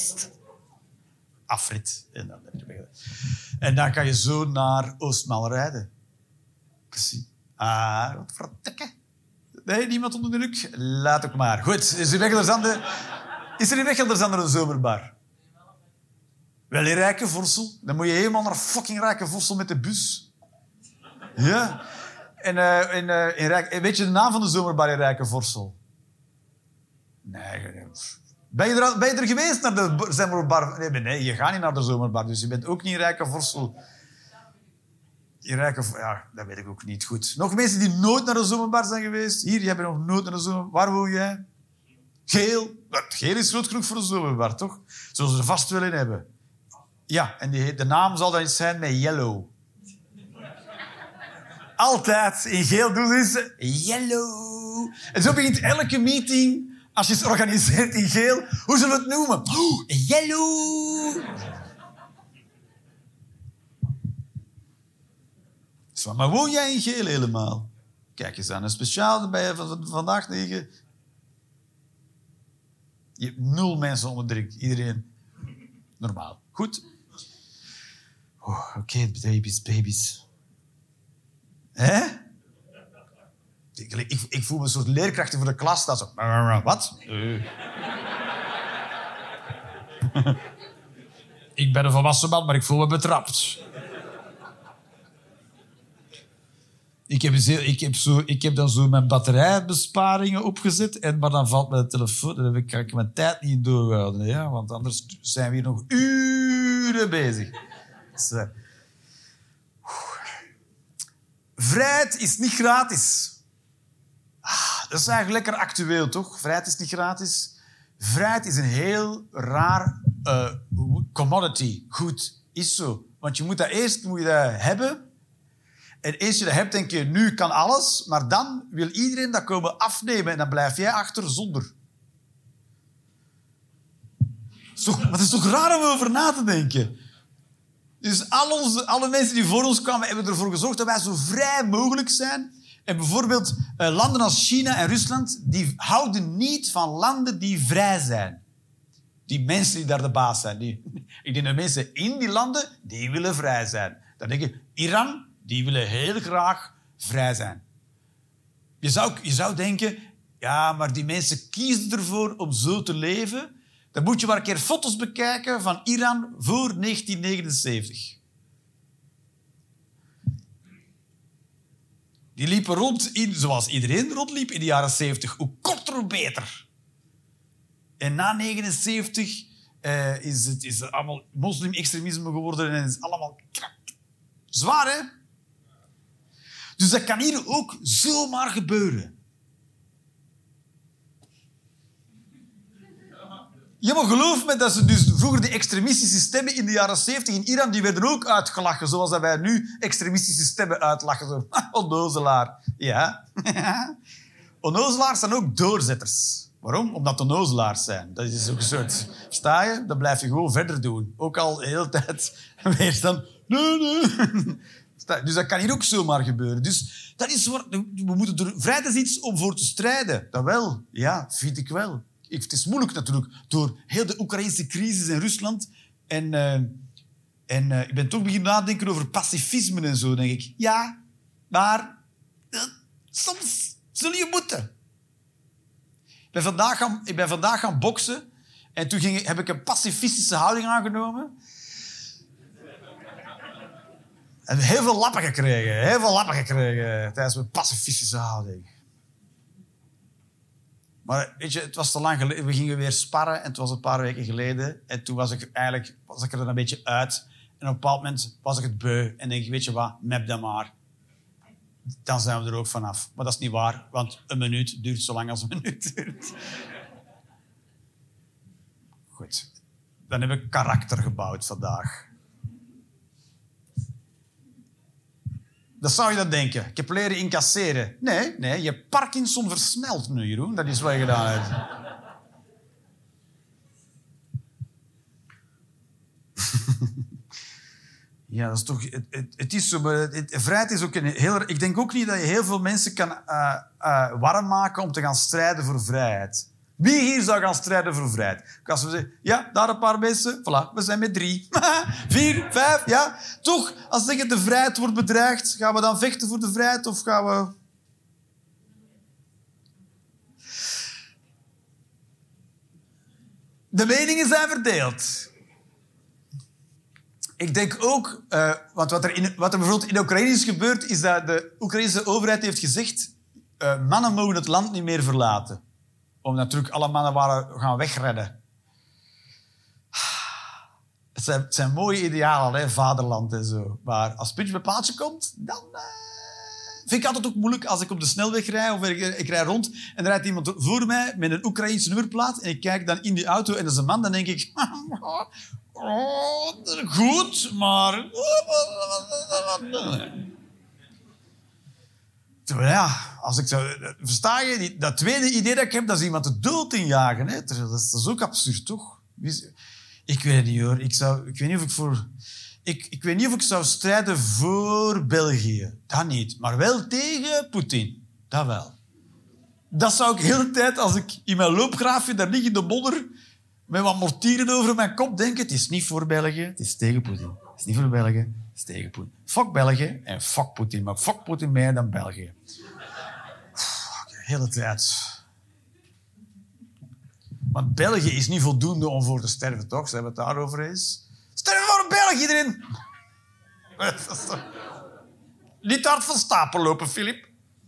Afrit. En dan, en dan kan je zo naar Oostmaal rijden. Precies. Ah, wat vertekken. Nee, niemand onder de druk? Laat ook maar. Goed, is er, Weggelderzande... is er in Weggelderzande een zomerbar? Wel in Rijkenvorsel. Dan moet je helemaal naar fucking Rijkenvorsel met de bus. Ja. En, uh, in, uh, in Rijk... Weet je de naam van de zomerbar in Rijkenvorsel? Nee, nee. Ben je, er al, ben je er geweest naar de zomerbar? Nee, nee, je gaat niet naar de zomerbar, dus je bent ook niet in Rijkenvorsel. In Rijkenvorsel, ja, dat weet ik ook niet goed. Nog mensen die nooit naar de zomerbar zijn geweest? Hier, jij bent nog nooit naar de zomerbar. Waar woon jij? Geel. Geel is groot genoeg voor de zomerbar, toch? Zullen ze er vast wel in hebben. Ja, en die, de naam zal dan iets zijn met Yellow. Altijd in geel doen ze Yellow. En zo begint elke meeting... Als je het organiseert in geel, hoe zullen we het noemen? Oh, yellow! Zo, maar woon jij in geel helemaal? Kijk eens aan, een speciaal bij van vandaag negen. Je hebt nul mensen onder druk. Iedereen normaal. Goed. Oh, Oké, okay, baby's, baby's. Hè? Ik, ik, ik voel me een soort leerkrachten voor de klas. Dat zo... Wat? Uh. Ik ben een volwassen man, maar ik voel me betrapt. Ik heb, ik heb, zo, ik heb dan zo mijn batterijbesparingen opgezet. En, maar dan valt mijn telefoon... Dan kan ik mijn tijd niet doorhouden. Ja? Want anders zijn we hier nog uren bezig. Zo. Vrijheid is niet gratis. Ah, dat is eigenlijk lekker actueel, toch? Vrijheid is niet gratis. Vrijheid is een heel raar uh, commodity. Goed, is zo. Want je moet dat eerst moet je dat hebben. En eens je dat hebt, denk je, nu kan alles. Maar dan wil iedereen dat komen afnemen. En dan blijf jij achter zonder. Is toch, maar het is toch raar om over na te denken? Dus al onze, alle mensen die voor ons kwamen, hebben ervoor gezorgd dat wij zo vrij mogelijk zijn. En bijvoorbeeld uh, landen als China en Rusland, die houden niet van landen die vrij zijn. Die mensen die daar de baas zijn. Die, ik denk dat mensen in die landen, die willen vrij zijn. Dan denk je, Iran, die willen heel graag vrij zijn. Je zou, je zou denken, ja, maar die mensen kiezen ervoor om zo te leven. Dan moet je maar een keer foto's bekijken van Iran voor negentien negenenzeventig. Die liepen rond, in, zoals iedereen rondliep in de jaren zeventig. Hoe korter, hoe beter. En na negenenzeventig uh, is het is allemaal moslim-extremisme geworden en is allemaal krak. Zwaar, hè? Dus dat kan hier ook zomaar gebeuren. Ja, maar geloof me dat ze dus vroeger de extremistische stemmen in de jaren zeventig in Iran, die werden ook uitgelachen, zoals dat wij nu extremistische stemmen uitlachen. Zo, onnozelaar. Ja. Onnozelaars zijn ook doorzetters. Waarom? Omdat het onnozelaars zijn. Dat is ook een soort... Sta je? Dan blijf je gewoon verder doen. Ook al de hele tijd weer dan... Nee, nee. Dus dat kan hier ook zomaar gebeuren. Dus dat is waar, we moeten er... Vrijheid is iets om voor te strijden. Dat wel. Ja, vind ik wel. Ik, het is moeilijk natuurlijk, door heel de Oekraïnse crisis in Rusland. En, uh, en uh, ik ben toch beginnen nadenken over pacifisme en zo. Dan denk ik, ja, maar uh, soms zul je moeten. Ik ben vandaag gaan, ik ben vandaag gaan boksen en toen ging, heb ik een pacifistische houding aangenomen. En heel veel lappen gekregen, heel veel lappen gekregen tijdens mijn pacifistische houding. Maar weet je, het was te lang geleden. We gingen weer sparren en het was een paar weken geleden. En toen was ik eigenlijk was ik er een beetje uit. En op een bepaald moment was ik het beu. En denk ik, weet je wat, mep dat maar. Dan zijn we er ook vanaf. Maar dat is niet waar, want een minuut duurt zo lang als een minuut duurt. Goed. Dan heb ik karakter gebouwd vandaag. Dat zou je dan denken. Ik heb leren incasseren. Nee, nee, je hebt Parkinson versneld nu, Jeroen. Dat is wat je gedaan hebt. Ja, dat is toch... Het, het, het is zo... Het, het, vrijheid is ook een heel... Ik denk ook niet dat je heel veel mensen kan uh, uh, warm maken om te gaan strijden voor vrijheid. Wie hier zou gaan strijden voor vrijheid? Als we zeggen, ja, daar een paar mensen. Voilà, we zijn met drie. Vier, vijf, ja. Toch, als we zeggen de vrijheid wordt bedreigd, gaan we dan vechten voor de vrijheid of gaan we... De meningen zijn verdeeld. Ik denk ook, uh, want wat er, in, wat er bijvoorbeeld in Oekraïne is gebeurd, is dat de Oekraïnse overheid heeft gezegd, uh, mannen mogen het land niet meer verlaten. Omdat natuurlijk alle mannen waren gaan wegredden. Het zijn, het zijn mooie idealen, hè, vaderland en zo. Maar als het puntje bij paaltje komt, dan... Uh, vind ik altijd ook moeilijk als ik op de snelweg rijd of ik, ik rijd rond en er rijdt iemand voor mij met een Oekraïense nummerplaat en ik kijk dan in die auto en dat is een man, dan denk ik... Oh, goed, maar... Ja, als ik zou... Versta je? Dat tweede idee dat ik heb, dat is iemand de dood injagen. Hè? Dat, is, dat is ook absurd, toch? Ik weet het niet, hoor. Ik, zou, ik weet niet of ik voor... Ik, ik weet niet of ik zou strijden voor België. Dat niet. Maar wel tegen Poetin. Dat wel. Dat zou ik de hele tijd, als ik in mijn loopgraafje daar lig in de modder, met wat mortieren over mijn kop denken. Het is niet voor België, het is tegen Poetin. Het is niet voor België, het is tegen Poetin. Fuck België en fuck Poetin. Maar fuck Poetin meer dan België. De hele tijd. Want België is niet voldoende om voor te sterven, toch? Ze hebben het daarover eens. Sterven voor België, iedereen! Niet te hard van stapel lopen, Filip.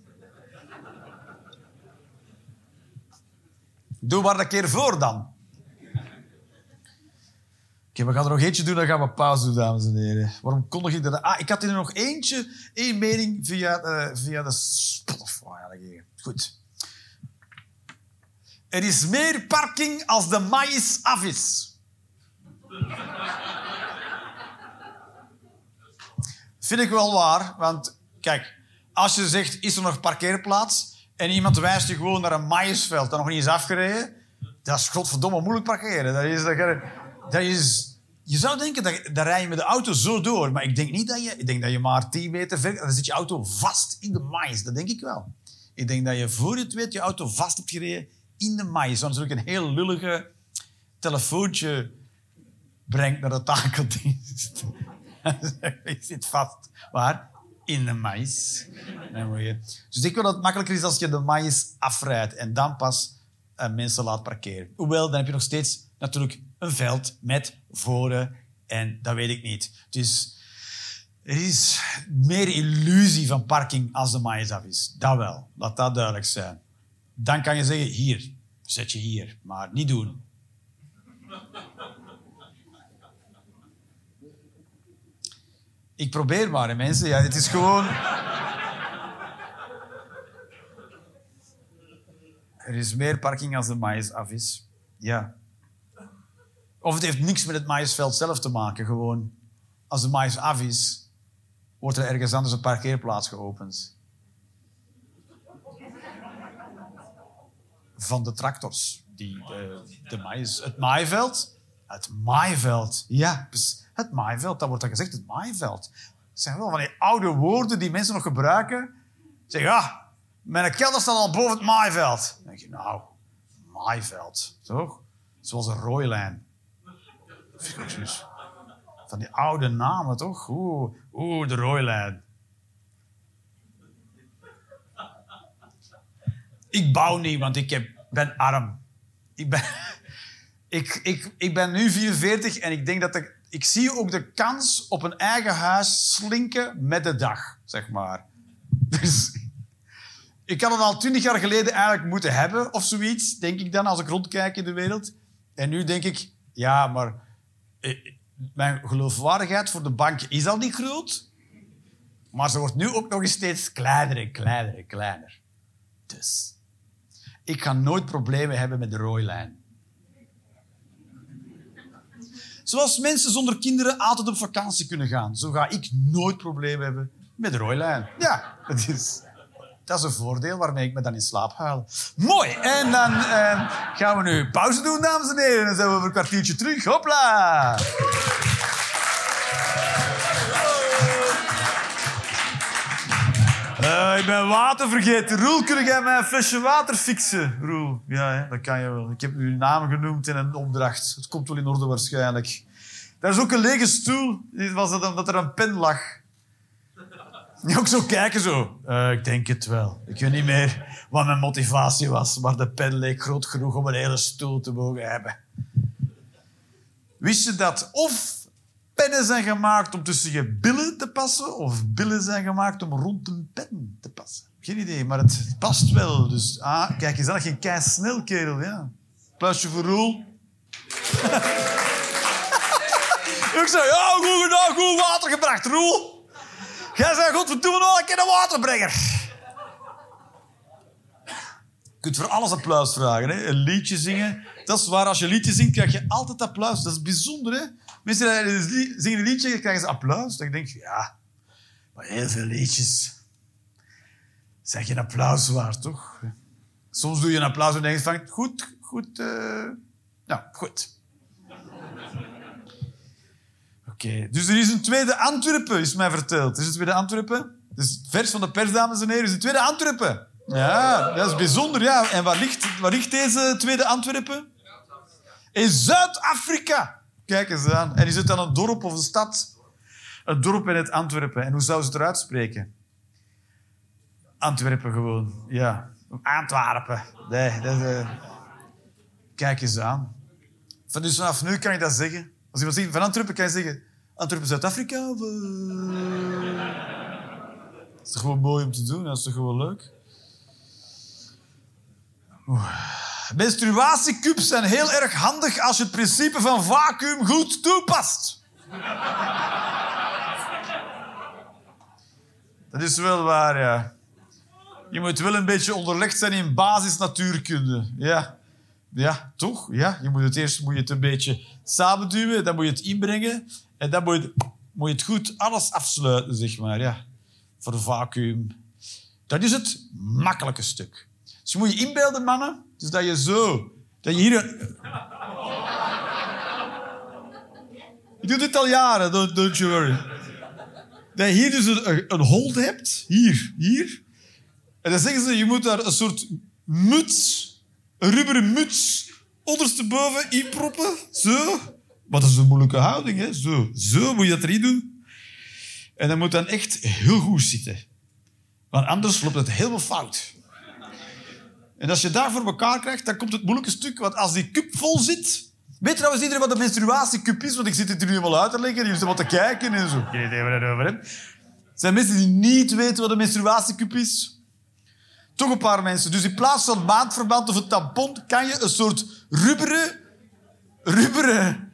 Doe maar een keer voor, dan. Oké, we gaan er nog eentje doen, dan gaan we pauze doen, dames en heren. Waarom kondig ik dat? Ah, ik had er nog eentje, één mening via, uh, via de Spotify. Goed. Er is meer parking als de maïs af is. Vind ik wel waar, want kijk, als je zegt, is er nog parkeerplaats en iemand wijst je gewoon naar een maïsveld dat nog niet is afgereden, dat is godverdomme moeilijk parkeren. Dat is, dat, dat is, je zou denken, dat, dat rij je met de auto zo door, maar ik denk niet dat je, ik denk dat je maar tien meter ver, dan zit je auto vast in de maïs. Dat denk ik wel. Ik denk dat je voor je het weet je auto vast hebt gereden in de maïs. Dan natuurlijk een heel lullige telefoontje brengt naar de takeldienst. Je zit vast. Waar? In de maïs. Dus ik wil dat het makkelijker is als je de maïs afrijdt en dan pas uh, mensen laat parkeren. Hoewel, dan heb je nog steeds natuurlijk een veld met voren en dat weet ik niet. Dus er is meer illusie van parking als de maïs af is. Dat wel. Laat dat duidelijk zijn. Dan kan je zeggen, hier, zet je hier. Maar niet doen. Ik probeer maar, hè, mensen. Ja, het is gewoon... Er is meer parking als de maïs af is. Ja. Of het heeft niks met het maïsveld zelf te maken. Gewoon, als de maïs af is, wordt er ergens anders een parkeerplaats geopend. Van de tractors. Die, de, de maïs, het maaiveld. Het maaiveld. Ja, het maaiveld. Dat wordt dan gezegd, het maaiveld. Dat zijn wel van die oude woorden die mensen nog gebruiken. Zeg, ja, mijn kelder staat al boven het maaiveld. Dan denk je, nou, maaiveld, toch? Zoals een rooilijn. Van die oude namen, toch? Oeh, oeh, de rooilijn. Ik bouw niet, want ik heb, ben arm. Ik ben, ik, ik, ik ben nu vierenveertig en ik denk dat ik, ik zie ook de kans op een eigen huis slinken met de dag, zeg maar. Dus ik had het al twintig jaar geleden eigenlijk moeten hebben of zoiets, denk ik dan, als ik rondkijk in de wereld. En nu denk ik, ja, maar eh, mijn geloofwaardigheid voor de bank is al niet groot. Maar ze wordt nu ook nog eens steeds kleiner en kleiner en kleiner. Dus ik ga nooit problemen hebben met de rooilijn. Zoals mensen zonder kinderen altijd op vakantie kunnen gaan. Zo ga ik nooit problemen hebben met de rooilijn. Ja, dat is, dat is een voordeel waarmee ik me dan in slaap huil. Mooi. En dan eh, gaan we nu pauze doen, dames en heren. En dan zijn we over een kwartiertje terug. Hopla! Uh, Uh, ik ben water vergeten. Roel, kun jij mij een flesje water fixen? Roel, ja, hè, dat kan je wel. Ik heb uw naam genoemd in een opdracht. Het komt wel in orde waarschijnlijk. Daar is ook een lege stoel. Dit was dat omdat er een pen lag. Je ook zo kijken zo. Uh, ik denk het wel. Ik weet niet meer wat mijn motivatie was, maar de pen leek groot genoeg om een hele stoel te mogen hebben. Wist je dat of pennen zijn gemaakt om tussen je billen te passen, of billen zijn gemaakt om rond een pen te passen? Geen idee, maar het past wel. Dus ah, kijk eens, dat geen kei snel, kerel. Ja. Applausje voor Roel. Ik zei, ja, goed gedaan, goed water gebracht, Roel. Jij zei, godverdomme, nog een keer een waterbrenger. Je kunt voor alles applaus vragen. Hè? Een liedje zingen. Dat is waar, als je een liedje zingt, krijg je altijd applaus. Dat is bijzonder, hè? Mensen zingen een liedje en krijgen ze applaus. Dan denk je, ja, maar heel veel liedjes zijn geen applaus waard, toch? Soms doe je een applaus en denk je van, goed, goed, uh... nou, goed. Oké, okay. Dus er is een tweede Antwerpen, is mij verteld. Er is een tweede Antwerpen. Dus vers van de pers, dames en heren, is een tweede Antwerpen. Ja, dat is bijzonder, ja. En waar ligt, waar ligt deze tweede Antwerpen? In Zuid-Afrika. Kijk eens aan. En is het dan een dorp of een stad? Een dorp in het Antwerpen. En hoe zou ze het eruit spreken? Antwerpen gewoon, ja. Antwerpen. Nee, dat, uh... Kijk eens aan. Van dus vanaf nu kan je dat zeggen. Als iemand zegt van Antwerpen, kan je zeggen... Antwerpen, Zuid-Afrika? Of, uh... Dat is toch gewoon mooi om te doen? Dat is toch gewoon leuk? Oeh. Menstruatiecups zijn heel erg handig als je het principe van vacuüm goed toepast. Dat is wel waar, ja. Je moet wel een beetje onderlegd zijn in basisnatuurkunde. Ja. Ja, toch? Ja. Je moet het eerst moet je het een beetje samenduwen, dan moet je het inbrengen en dan moet je, moet je het goed alles afsluiten, zeg maar. Ja. Voor vacuüm. Dat is het makkelijke stuk. Dus je moet je inbeelden, mannen, dus dat je zo... Dat je hier... Je doet dit al jaren, don't, don't you worry. Dat je hier dus een, een hold hebt, hier, hier. En dan zeggen ze, je moet daar een soort muts, een rubberen muts, ondersteboven inproppen. Zo. Maar dat is een moeilijke houding, hè. Zo. Zo moet je dat erin doen. En dat moet dan echt heel goed zitten. Want anders loopt het helemaal fout. En als je dat voor elkaar krijgt, dan komt het moeilijke stuk. Want als die cup vol zit... Weet trouwens iedereen wat de menstruatiecup is? Want ik zit het er nu helemaal uit te leggen. En jullie zitten wat te kijken en zo. Geen idee waar het over hebt. Er zijn mensen die niet weten wat een menstruatiecup is. Toch een paar mensen. Dus in plaats van maandverband of een tampon... kan je een soort rubberen... Rubberen...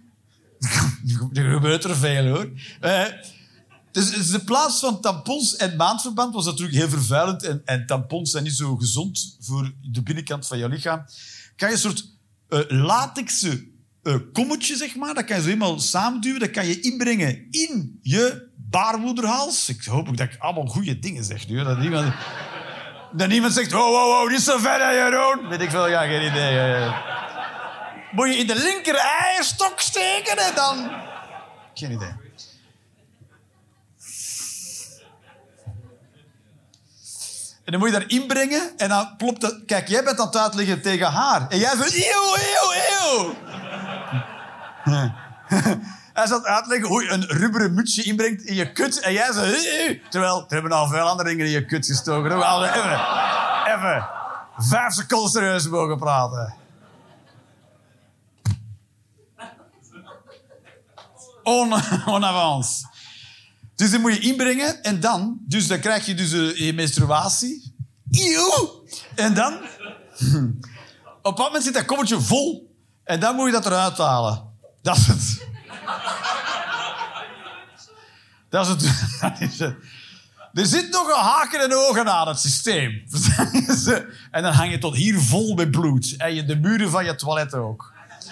Er gebeurt er veel, hoor. Uh, Dus, dus in plaats van tampons en maandverband was dat natuurlijk heel vervuilend en, en tampons zijn niet zo gezond voor de binnenkant van je lichaam. Kan je een soort uh, latexen uh, kommetje, zeg maar, dat kan je zo helemaal samenduwen, dat kan je inbrengen in je baarmoederhals. Ik hoop ook dat ik allemaal goede dingen zeg nu. Dat niemand, dat niemand zegt, oh, oh, oh, niet zo ver, hè, Jeroen. Weet ik veel, ja, geen idee. Ja. Moet je in de linker eierstok steken en dan... Geen idee. En dan moet je daar inbrengen en dan plopt het... Kijk, jij bent aan het uitleggen tegen haar. En jij zegt, eeuw, eeuw, eeuw. Hij zat uitleggen hoe je een rubberen mutsje inbrengt in je kut. En jij zegt, eeuw. Terwijl, er hebben al veel andere dingen in je kut gestoken. Even, even. Vijf seconden serieus mogen praten. On, on avance. Dus die moet je inbrengen en dan... Dus dan krijg je dus uh, je menstruatie. Eeuw! En dan... Op een moment zit dat kommetje vol. En dan moet je dat eruit halen. Dat is het. Dat is het. Dat is het. Er zit nog een haken en ogen aan het systeem. En dan hang je tot hier vol met bloed. En je de muren van je toilet ook.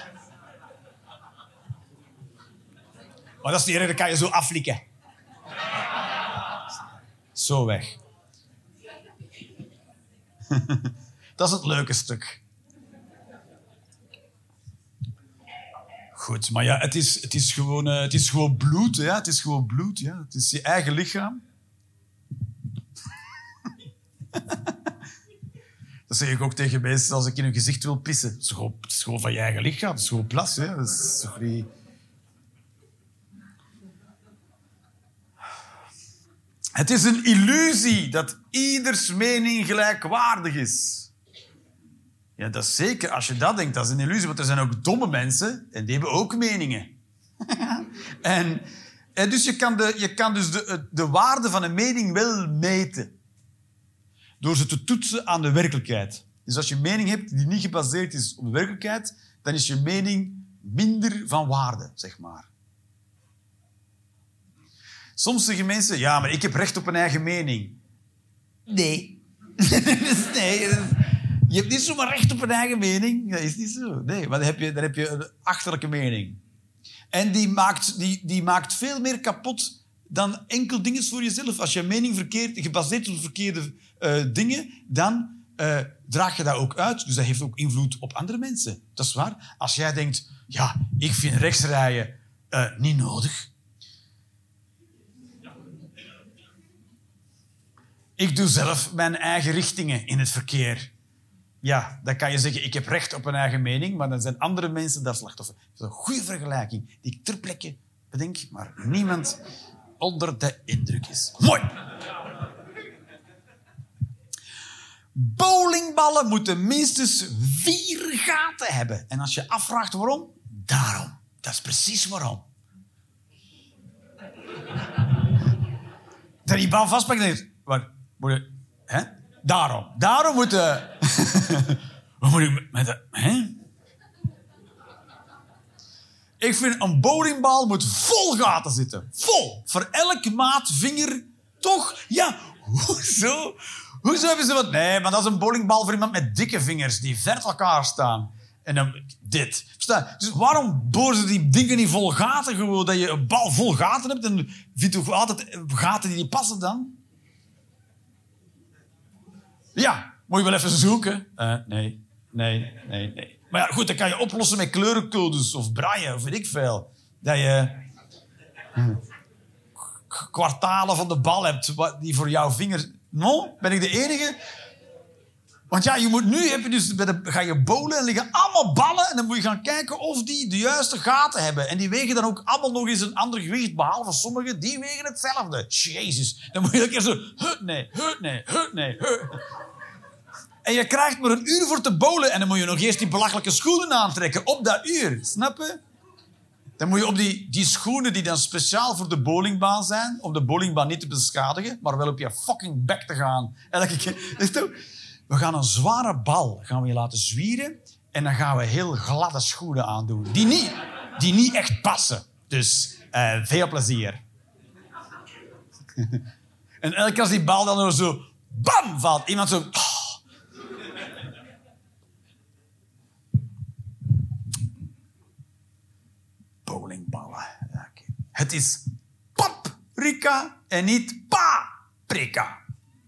Maar dat is niet erg, dat kan je zo aflikken. Zo weg. Dat is het leuke stuk. Goed, maar ja, het is, het is, gewoon, uh, het is gewoon bloed. Ja? Het is gewoon bloed. Ja? Het is je eigen lichaam. Dat zeg ik ook tegen mensen als ik in hun gezicht wil pissen. Het is gewoon, het is gewoon van je eigen lichaam. Het is gewoon plas. Hè? Dat is toch niet... Het is een illusie dat ieders mening gelijkwaardig is. Ja, dat is zeker. Als je dat denkt, dat is een illusie. Want er zijn ook domme mensen en die hebben ook meningen. en, en dus je kan, de, je kan dus de, de waarde van een mening wel meten. Door ze te toetsen aan de werkelijkheid. Dus als je een mening hebt die niet gebaseerd is op de werkelijkheid, dan is je mening minder van waarde, zeg maar. Soms zeggen mensen, ja, maar ik heb recht op een eigen mening. Nee. nee. Je hebt niet zomaar recht op een eigen mening. Dat is niet zo. Nee, maar dan heb je, dan heb je een achterlijke mening. En die maakt, die, die maakt veel meer kapot dan enkel dingen voor jezelf. Als je mening verkeerd, gebaseerd op verkeerde uh, dingen, dan uh, draag je dat ook uit. Dus dat heeft ook invloed op andere mensen. Dat is waar. Als jij denkt, ja, ik vind rechtsrijden uh, niet nodig. Ik doe zelf mijn eigen richtingen in het verkeer. Ja, dan kan je zeggen, ik heb recht op een eigen mening, maar dan zijn andere mensen daar slachtoffer. Dat is een goede vergelijking die ik ter plekke bedenk, maar niemand onder de indruk is. Mooi! Bowlingballen moeten minstens vier gaten hebben. En als je afvraagt waarom, daarom. Dat is precies waarom. Dat die bal vastpakt en denkt, waar, moet je, hè? Daarom. Daarom moet je... Wat moet ik met dat... Hè? Ik vind een bowlingbal moet vol gaten zitten. Vol. Voor elk maat vinger toch? Ja, hoezo? Hoezo hebben ze wat... Nee, maar dat is een bowlingbal voor iemand met dikke vingers die ver uit elkaar staan. En dan dit. Versta? Dus waarom boren ze die dingen niet vol gaten gewoon? Dat je een bal vol gaten hebt en vindt toch altijd gaten die niet passen dan? Ja, moet je wel even zoeken. Uh, nee, nee, nee, nee. Maar ja, goed, dat kan je oplossen met kleurencodes of braille of weet ik veel. Dat je kwartalen van de bal hebt die voor jouw vingers... No? Ben ik de enige? Want ja, je moet nu heb je dus, bij de, ga je bowlen en liggen allemaal ballen en dan moet je gaan kijken of die de juiste gaten hebben. En die wegen dan ook allemaal nog eens een ander gewicht, behalve sommige, die wegen hetzelfde. Jezus. Dan moet je een keer zo... Huh, nee, huh, nee, huh, nee, huh. En je krijgt maar een uur voor te bowlen en dan moet je nog eerst die belachelijke schoenen aantrekken op dat uur. Snap je? Dan moet je op die, die schoenen die dan speciaal voor de bowlingbaan zijn, om de bowlingbaan niet te beschadigen, maar wel op je fucking bek te gaan. Elke keer. We gaan een zware bal gaan we je laten zwieren en dan gaan we heel gladde schoenen aandoen. Die niet, die niet echt passen. Dus uh, veel plezier. En elke keer als die bal dan zo bam valt, iemand zo... Oh. Bowlingballen. Ja, okay. Het is paprika en niet paprika.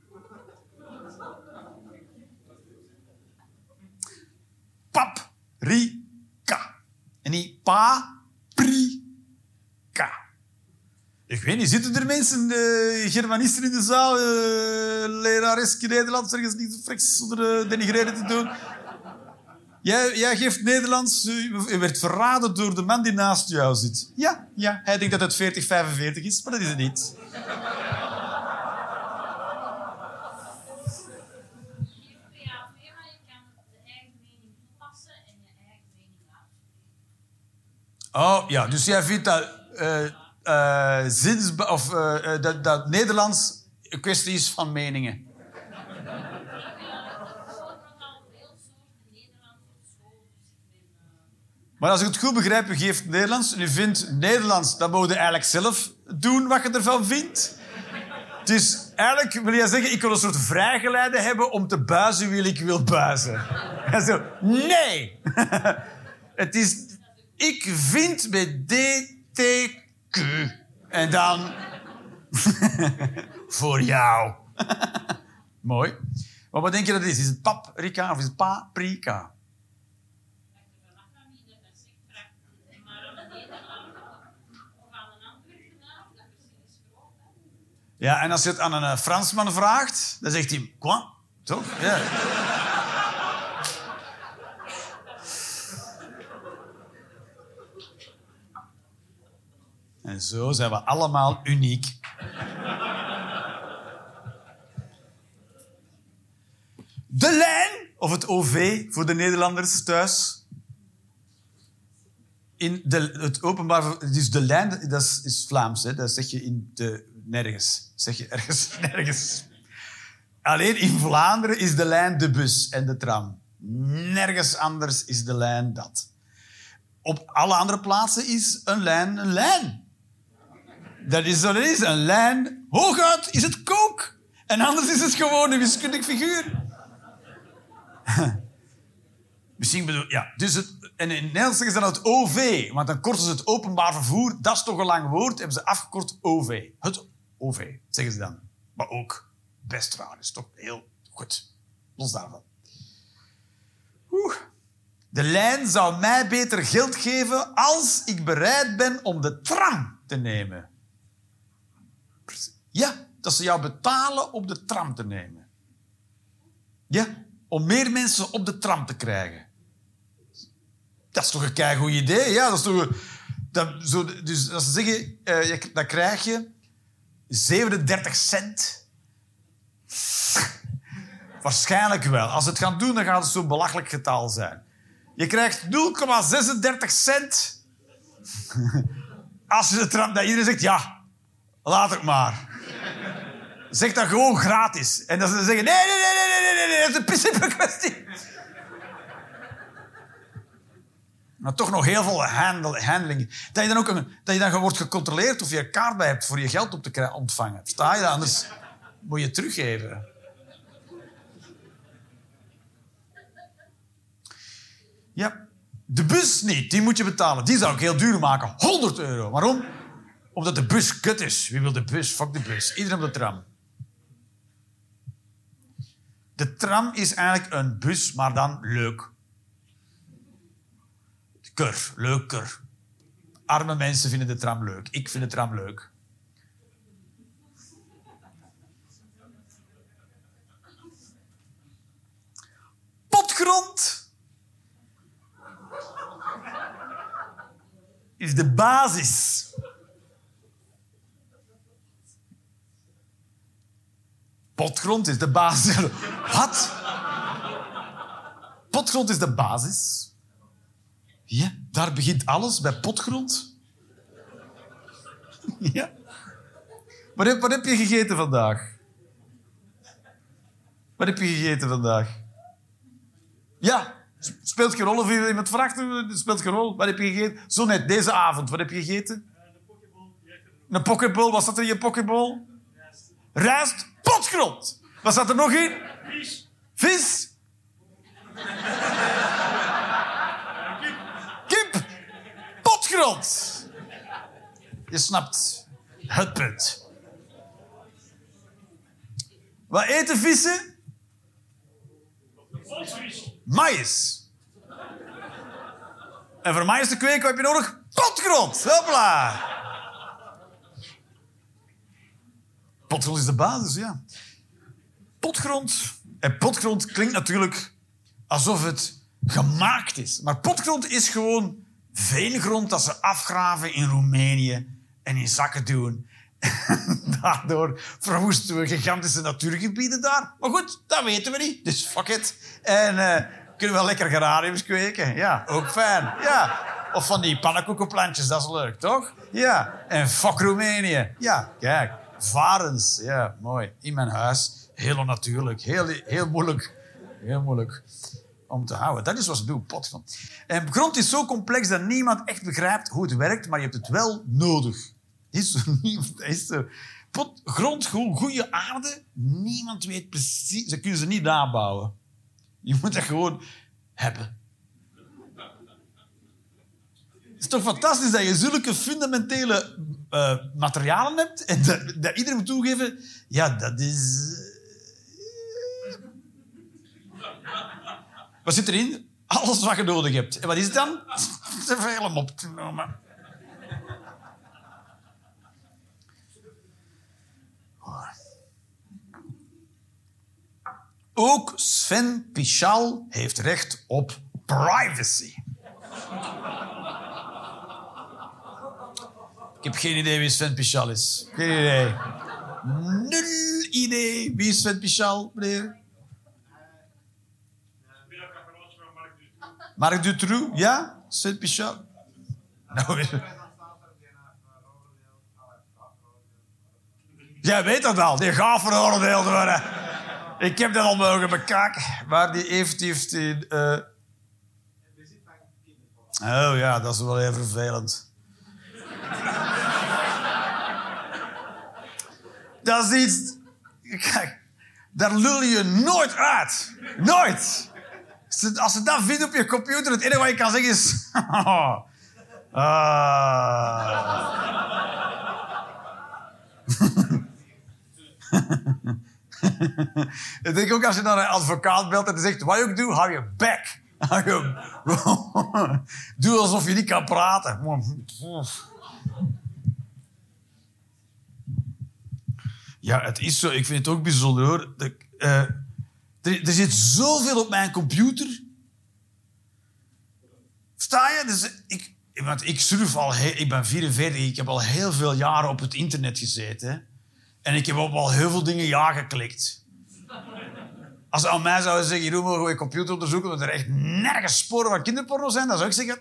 Paprika. En niet paprika. Ik weet niet, zitten er mensen, uh, Germanisten in de zaal, uh, lerareske Nederlands, ergens niet freks zonder uh, denigreren te doen? Jij, jij geeft Nederlands, uh, u werd verraden door de man die naast jou zit. Ja, ja, hij denkt dat het veertig vijfenveertig is, maar dat is het niet. Oh, ja, dus jij vindt dat, uh, uh, zins, of, uh, dat, dat Nederlands een kwestie is van meningen. Maar als ik het goed begrijp, u geeft Nederlands en u vindt Nederlands, dat moet je eigenlijk zelf doen wat je ervan vindt. Dus eigenlijk wil jij zeggen, ik wil een soort vrijgeleide hebben om te buizen wie ik wil buizen. En zo, nee! Het is... Ik vind met D T Q. En dan... voor jou. Mooi. Maar wat denk je dat het is? Is het paprika of is het paprika? Ja, en als je het aan een Fransman vraagt, dan zegt hij... Quoi? Toch? Ja. En zo zijn we allemaal uniek. De lijn, of het O V voor de Nederlanders thuis. In de, het openbaar... Dus de lijn, dat is, is Vlaams. Hè? Dat zeg je in de... Nergens. Zeg je ergens? Nergens. Alleen in Vlaanderen is de lijn de bus en de tram. Nergens anders is de lijn dat. Op alle andere plaatsen is een lijn een lijn. Dat is wat het is. Een lijn. Hooguit is het kook. En anders is het gewoon een wiskundig figuur. Misschien bedoel... Ja, dus het... En in het Nederlands zeggen ze dan het O V. Want dan korten ze het openbaar vervoer. Dat is toch een lang woord. Hebben ze afgekort O V. Het O V, zeggen ze dan. Maar ook best raar. Is toch heel goed. Los daarvan. Oeh. De lijn zou mij beter geld geven als ik bereid ben om de tram te nemen. Ja, dat ze jou betalen om de tram te nemen. Ja, om meer mensen op de tram te krijgen. Dat is toch een keigoed idee? Ja, dat is toch... Dat, zo, dus als ze zeggen, uh, dan krijg je zevenendertig cent. Waarschijnlijk wel. Als ze het gaan doen, dan gaat het zo'n belachelijk getal zijn. Je krijgt nul komma zesendertig cent. Als je de tram... Dat iedereen zegt, ja, laat het maar. Zeg dat gewoon gratis. En dat ze zeggen, nee, nee, nee, nee, nee, nee, nee, dat is een principe kwestie. Maar toch nog heel veel handel, handeling. Dat je dan ook een, dat je dan wordt gecontroleerd of je een kaart bij hebt voor je geld op te krijgen, ontvangen. Sta je dat? Anders moet je het teruggeven. Ja. De bus niet, die moet je betalen. Die zou ik heel duur maken. honderd euro. Waarom? Omdat de bus kut is. Wie wil de bus? Fuck de bus. Iedereen op de tram. De tram is eigenlijk een bus, maar dan leuk. Keur, leuker. Arme mensen vinden de tram leuk. Ik vind de tram leuk. Potgrond is de basis. Potgrond is de basis. Wat? Potgrond is de basis. Ja, daar begint alles, bij potgrond. Ja. Wat heb, wat heb je gegeten vandaag? Wat heb je gegeten vandaag? Ja, speelt geen rol of je iemand vraagt. Speelt geen rol. Wat heb je gegeten? Zo net, deze avond. Wat heb je gegeten? Uh, een pokeball. Een pokeball. Wat zat er in je pokeball? Rijst. Rijst, potgrond. Wat zat er nog in? Vis. Vis? Kip. Potgrond. Je snapt het punt. Wat eten vissen? Maïs. En voor maïs te kweken, wat heb je nodig? Potgrond. Hopla. Potgrond is de basis, ja. Potgrond. En potgrond klinkt natuurlijk alsof het gemaakt is. Maar potgrond is gewoon veengrond dat ze afgraven in Roemenië en in zakken doen. Daardoor verwoesten we gigantische natuurgebieden daar. Maar goed, dat weten we niet. Dus fuck it. En uh, kunnen we wel lekker geraniums kweken. Ja, ook fijn. Ja. Of van die pannenkoekenplantjes, dat is leuk, toch? Ja. En fuck Roemenië. Ja, kijk. Varens. Ja, mooi. In mijn huis. Heel onnatuurlijk. Heel, heel moeilijk. Heel moeilijk om te houden. Dat is wat ze doen, potgrond. En grond is zo complex dat niemand echt begrijpt hoe het werkt, maar je hebt het wel nodig. Is er niemand, is er... Pot, grond, goede aarde, niemand weet precies... Ze kunnen ze niet nabouwen. Je moet dat gewoon hebben. Het is toch fantastisch dat je zulke fundamentele uh, materialen hebt en dat, dat iedereen moet toegeven... Ja, dat is... Uh... Wat zit erin? Alles wat je nodig hebt. En wat is het dan? Te veel om op te nemen. Ook Sven Pichal heeft recht op privacy. Ik heb geen idee wie Sven Pichal is. Geen idee. Nul idee. Wie is Sven Pichal, meneer? Marc Dutroux, ja? Sven Pichal? Nou, jij weet dat al, die gaat veroordeeld worden. Ik heb dat al mogen bekijken. Maar die heeft... Die heeft die, uh... Oh ja, dat is wel heel vervelend. Dat is iets... Kijk, daar lul je nooit uit. Nooit. Als ze dat vinden op je computer, het enige wat je kan zeggen is... ah... Ik denk ook als je naar een advocaat belt en die zegt... Wat je ook doet, hou je bek. Doe alsof je niet kan praten. Ja, het is zo. Ik vind het ook bijzonder, hoor. De, uh, er, er zit zoveel op mijn computer. Versta je? Dus ik, want ik surf al... Heel, ik ben vierenveertig. Ik heb al heel veel jaren op het internet gezeten. Hè? En ik heb op al heel veel dingen ja geklikt. Als ze aan mij zouden zeggen... Jeroen, mogen we je computer onderzoeken... dat er echt nergens sporen van kinderporno zijn... dan zou ik zeggen...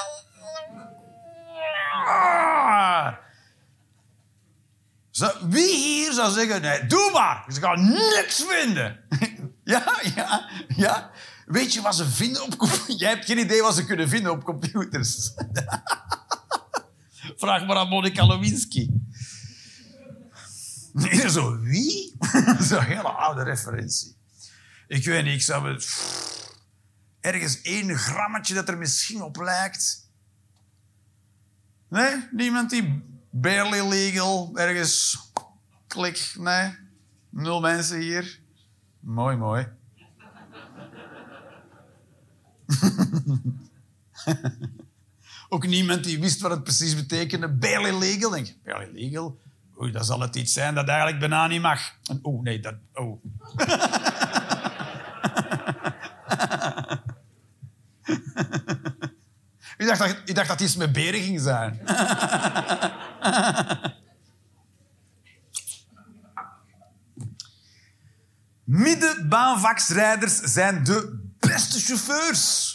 Zo, wie hier zou zeggen... Nee, doe maar! Ze gaan niks vinden. ja, ja, ja. Weet je wat ze vinden op computers? Jij hebt geen idee wat ze kunnen vinden op computers. Vraag maar aan Monica Lewinsky. Nee, zo, wie? Zo'n hele oude referentie. Ik weet niet, ik zou... Pff, ergens één grammetje dat er misschien op lijkt. Nee? Niemand die barely legal ergens... Klik, nee. Nul mensen hier. Mooi, mooi. Ook niemand die wist wat het precies betekende. Barely legal. Denk je, barely legal? Oei, dat zal het iets zijn dat eigenlijk bijna niet mag. En, oh, nee, dat... Oh. ik, dacht dat, ik dacht dat iets met beren ging zijn. Middenbaanvaksrijders zijn de beste chauffeurs.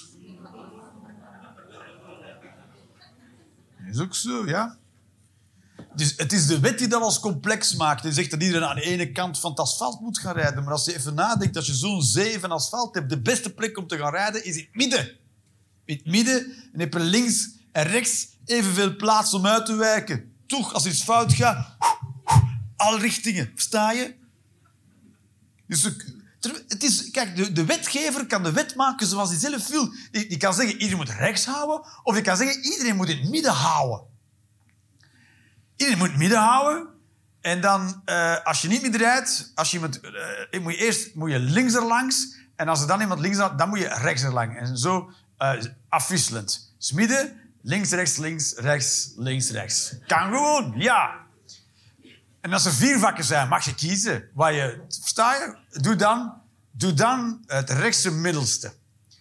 Dat is ook zo, ja. Dus het is de wet die dat als complex maakt. Die zegt dat iedereen aan de ene kant van het asfalt moet gaan rijden. Maar als je even nadenkt, als je zo'n zee van asfalt hebt... de beste plek om te gaan rijden is in het midden. In het midden en heb je links en rechts evenveel plaats om uit te wijken. Toch, als iets fout gaat... alle richtingen, versta je? Dus het is, kijk, de, de wetgever kan de wet maken zoals hij zelf wil. Die, die kan zeggen, iedereen moet rechts houden. Of je kan zeggen, iedereen moet in het midden houden. Iedereen moet het midden houden. En dan, uh, als je niet midden rijdt... Als je iemand, uh, moet je eerst moet je links erlangs. En als er dan iemand links rijdt, dan moet je rechts erlangs. En zo uh, afwisselend. Dus midden, links, rechts, links, rechts, links, rechts. Kan gewoon, ja. En als er vier vakken zijn, mag je kiezen. Waar je, versta je? Doe dan, doe dan het rechtse middelste.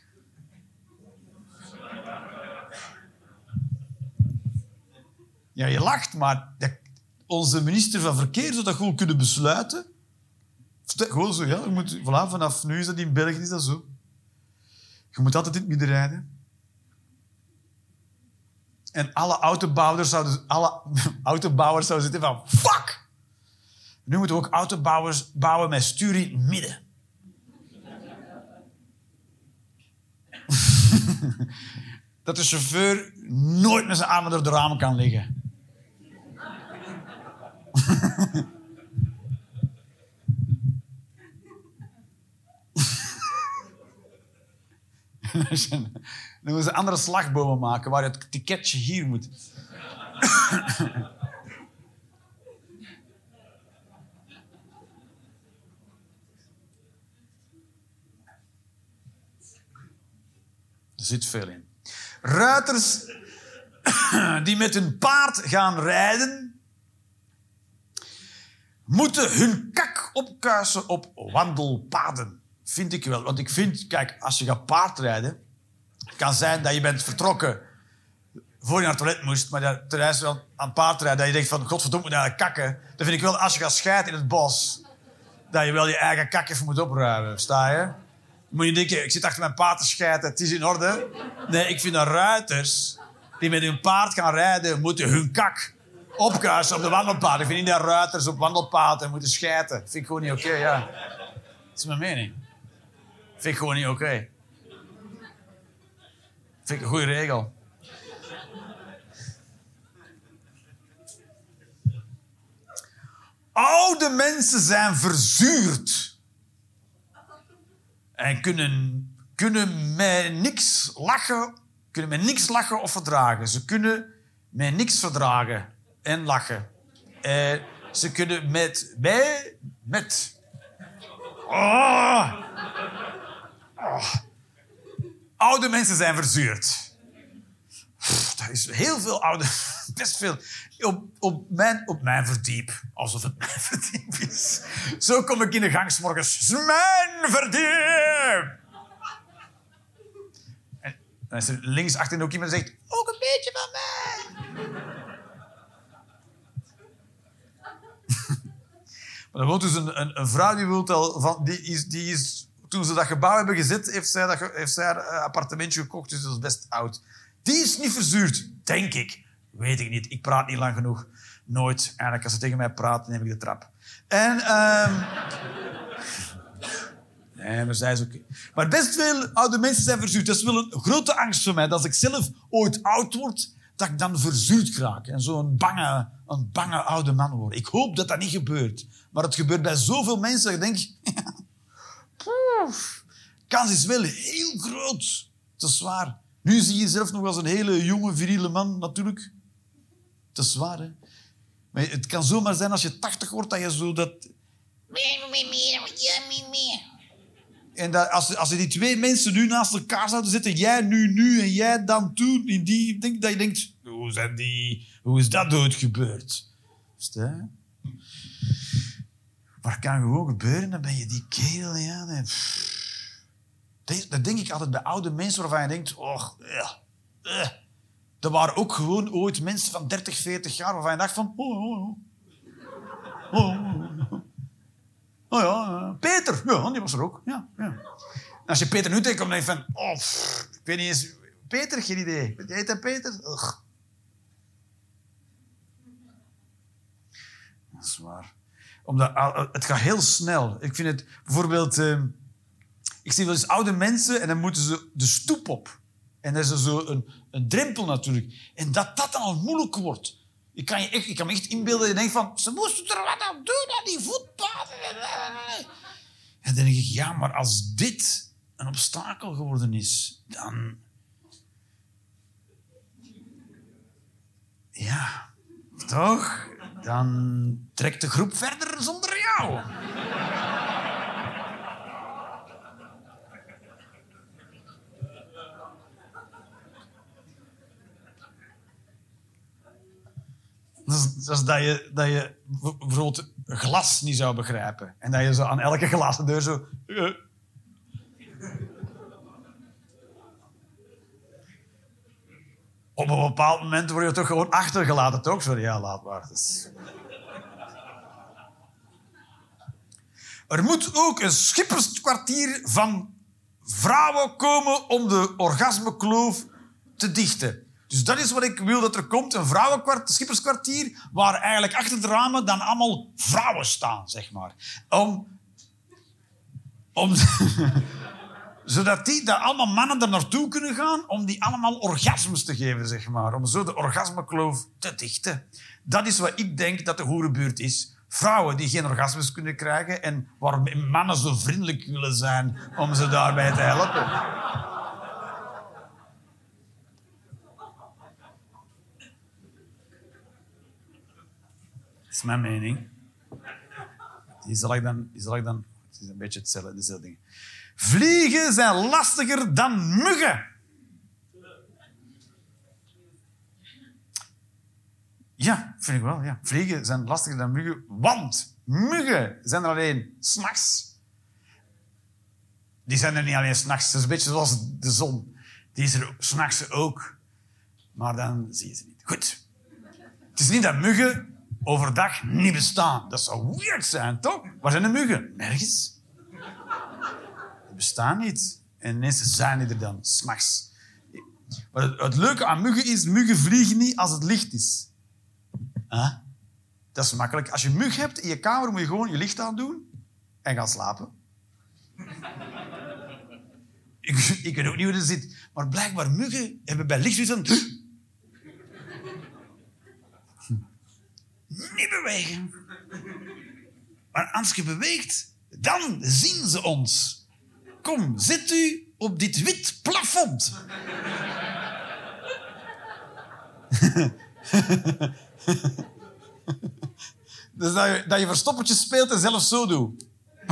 Ja, je lacht, maar de, onze minister van Verkeer zou dat gewoon kunnen besluiten. Gewoon zo, ja. Je moet, voilà, vanaf nu is dat in België is dat zo. Je moet altijd in het midden rijden. En alle autobouwers zouden, alle autobouwers zouden zitten van... Fuck! Nu moeten we ook autobouwers bouwen met stuur in het midden. Dat de chauffeur nooit met zijn armen door de ramen kan liggen. Dan moeten ze andere slagbomen maken waar het ticketje hier moet. Er zit veel in. Ruiters die met hun paard gaan rijden, moeten hun kak opkuisen op wandelpaden. Vind ik wel. Want ik vind, kijk, als je gaat paardrijden, het kan zijn dat je bent vertrokken voor je naar het toilet moest, maar dat, terwijl je aan het paardrijden, dat je denkt van, godverdomme, moet naar kakken. Dan vind ik wel, als je gaat scheiden in het bos, dat je wel je eigen kak even moet opruimen, sta je? Dan moet je denken, ik zit achter mijn paard te scheiden, het is in orde. Nee, ik vind dat ruiters die met hun paard gaan rijden, moeten hun kak opkuisen op de wandelpaden. Ik vind niet dat ruiters op wandelpaden moeten scheiden. Dat vind ik gewoon niet oké, okay, ja. Dat is mijn mening. Dat vind ik gewoon niet oké. Okay. Dat vind ik een goede regel. Oude mensen zijn verzuurd. En kunnen, kunnen met niks lachen, kunnen met niks lachen of verdragen. Ze kunnen met niks verdragen en lachen. Eh, ze kunnen met, met, met. Oh. Oh. Oude mensen zijn verzuurd. Dat is heel veel oude... Best veel. Op, op, mijn, op mijn verdiep. Alsof het mijn verdiep is. Zo kom ik in de gang 's morgens. Het is mijn verdiep! En dan is er links achterin ook iemand die zegt... Ook een beetje van mij! Maar er woont dus een, een, een vrouw die wil al van... Die is, die is, toen ze dat gebouw hebben gezet, heeft zij, dat, heeft zij haar appartementje gekocht. Dus dat is best oud. Die is niet verzuurd, denk ik. Weet ik niet. Ik praat niet lang genoeg. Nooit. Eigenlijk, als ze tegen mij praten, neem ik de trap. En... Um... Nee, maar zij is oké. Maar best veel oude mensen zijn verzuurd. Dat is wel een grote angst voor mij. Dat als ik zelf ooit oud word, dat ik dan verzuurd raak. En zo'n bange, een bange oude man word. Ik hoop dat dat niet gebeurt. Maar het gebeurt bij zoveel mensen dat ik denk... kans is wel heel groot. Te zwaar. Nu zie je jezelf nog als een hele jonge, viriele man, natuurlijk. Te zwaar, hè. Maar het kan zomaar zijn als je tachtig wordt, dat je zo dat... En dat, als, als je die twee mensen nu naast elkaar zouden zitten, jij nu, nu en jij dan toen, in die, denk, dat je denkt, hoe, zijn die, hoe is dat ooit gebeurd? Stel, maar kan gewoon gebeuren, dan ben je die kerel, ja. Nee. Dat denk ik altijd bij oude mensen waarvan je denkt, oh, ja, eh. Er waren ook gewoon ooit mensen van dertig, veertig jaar waarvan je dacht van, oh, oh, oh. Oh, oh ja, Peter, ja, die was er ook. Ja, ja. En als je Peter nu tegenkomt, dan denk je van, oh, pff, ik weet niet eens, Peter, geen idee. Heet hij Peter? Ugh. Dat is waar. Omdat, het gaat heel snel. Ik vind het, bijvoorbeeld, uh, ik zie wel eens oude mensen en dan moeten ze de stoep op. En dat is zo een, een drempel natuurlijk. En dat dat dan al moeilijk wordt. Ik kan, je echt, ik kan me echt inbeelden dat je denkt van... Ze moesten er wat aan doen, aan die voetpaden. En dan denk ik, ja, maar als dit een obstakel geworden is, dan... Ja, toch? Dan trekt de groep verder zonder jou. Dat is, dat is dat je, dat je bijvoorbeeld glas niet zou begrijpen. En dat je zo aan elke glazen deur zo... Uh. Op een bepaald moment word je toch gewoon achtergelaten, toch? Sorry, ja, laat maar. Dus... Er moet ook een schipperskwartier van vrouwen komen om de orgasmekloof te dichten. Dus dat is wat ik wil dat er komt. Een vrouwenkwartier, schipperskwartier, waar eigenlijk achter de ramen dan allemaal vrouwen staan, zeg maar. Om... om zodat die, dat allemaal mannen er naartoe kunnen gaan om die allemaal orgasmes te geven, zeg maar. Om zo de orgasmekloof te dichten. Dat is wat ik denk dat de hoerenbuurt is. Vrouwen die geen orgasmes kunnen krijgen en waar mannen zo vriendelijk willen zijn om ze daarbij te helpen. Dat is mijn mening. Die zal ik dan... Die zal ik dan het is een beetje hetzelfde, dezelfde ding. Vliegen zijn lastiger dan muggen. Ja, vind ik wel. Ja. Vliegen zijn lastiger dan muggen, want muggen zijn er alleen 's nachts. Die zijn er niet alleen 's nachts. Dat is een beetje zoals de zon. Die is er 's nachts ook. Maar dan zie je ze niet. Goed. Het is niet dat muggen overdag niet bestaan. Dat zou weird zijn, toch? Waar zijn de muggen? Nergens. Die bestaan niet. En ineens zijn die er dan, 's nachts. Maar het, het leuke aan muggen is, muggen vliegen niet als het licht is. Huh? Dat is makkelijk. Als je een mug hebt in je kamer, moet je gewoon je licht aandoen en gaan slapen. ik, ik weet ook niet hoe dat zit. Maar blijkbaar muggen hebben bij licht zoiets van... Niet bewegen. Maar als je beweegt, dan zien ze ons. Kom, zet u op dit wit plafond. Dus dat je, dat je verstoppertje speelt en zelf zo doet.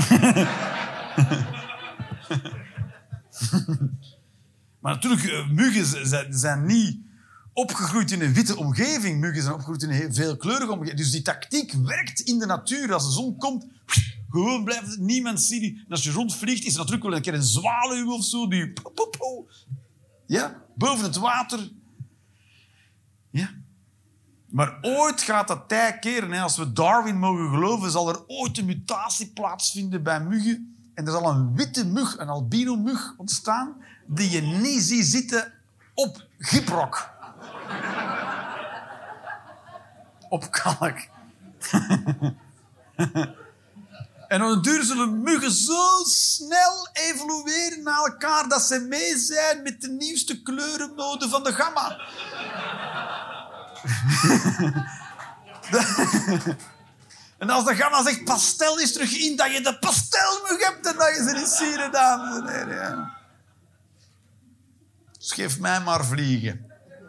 Maar natuurlijk, muggen zijn niet opgegroeid in een witte omgeving. Muggen zijn opgegroeid in een veelkleurige omgeving. Dus die tactiek werkt in de natuur. Als de zon komt, gewoon blijft het, niemand zien die. En als je rondvliegt, is er natuurlijk wel een keer een zwaluw of zo. Die... Ja, boven het water. Ja. Maar ooit gaat dat tij keren. Hè. Als we Darwin mogen geloven, zal er ooit een mutatie plaatsvinden bij muggen. En er zal een witte mug, een albino-mug ontstaan, die je niet ziet zitten op gyprok. Op kalk. En op de duur zullen muggen zo snel evolueren naar elkaar dat ze mee zijn met de nieuwste kleurenmode van de gamma. En als de gamma zegt pastel is terug in, dat je de pastelmug hebt en dat je ze niet ziet, dames en heren. Ja. Dus geef mij maar vliegen.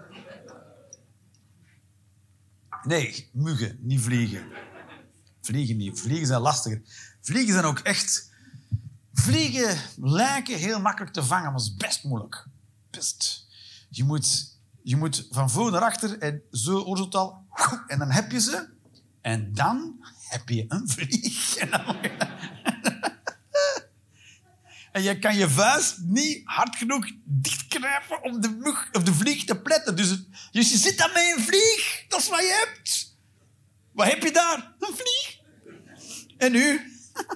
Nee, muggen, niet vliegen. Vliegen niet. Vliegen zijn lastiger. Vliegen zijn ook echt... Vliegen lijken heel makkelijk te vangen, maar dat is best moeilijk. Best. Je moet, je moet van voor naar achter en zo horizontaal... En dan heb je ze. En dan heb je een vlieg. En, dan... en je kan je vuist niet hard genoeg dichtknijpen om de, mug, of de vlieg te pletten. Dus, het, dus je zit dan met een vlieg. Dat is wat je hebt. Wat heb je daar? Een vlieg. En nu?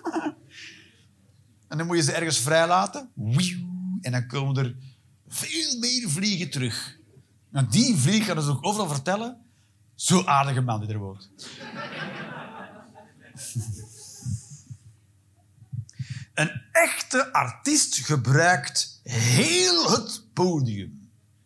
En dan moet je ze ergens vrijlaten. En dan komen er veel meer vliegen terug. En die vlieg gaan dus ook overal vertellen. Zo aardige man die er woont. Een echte artiest gebruikt heel het podium.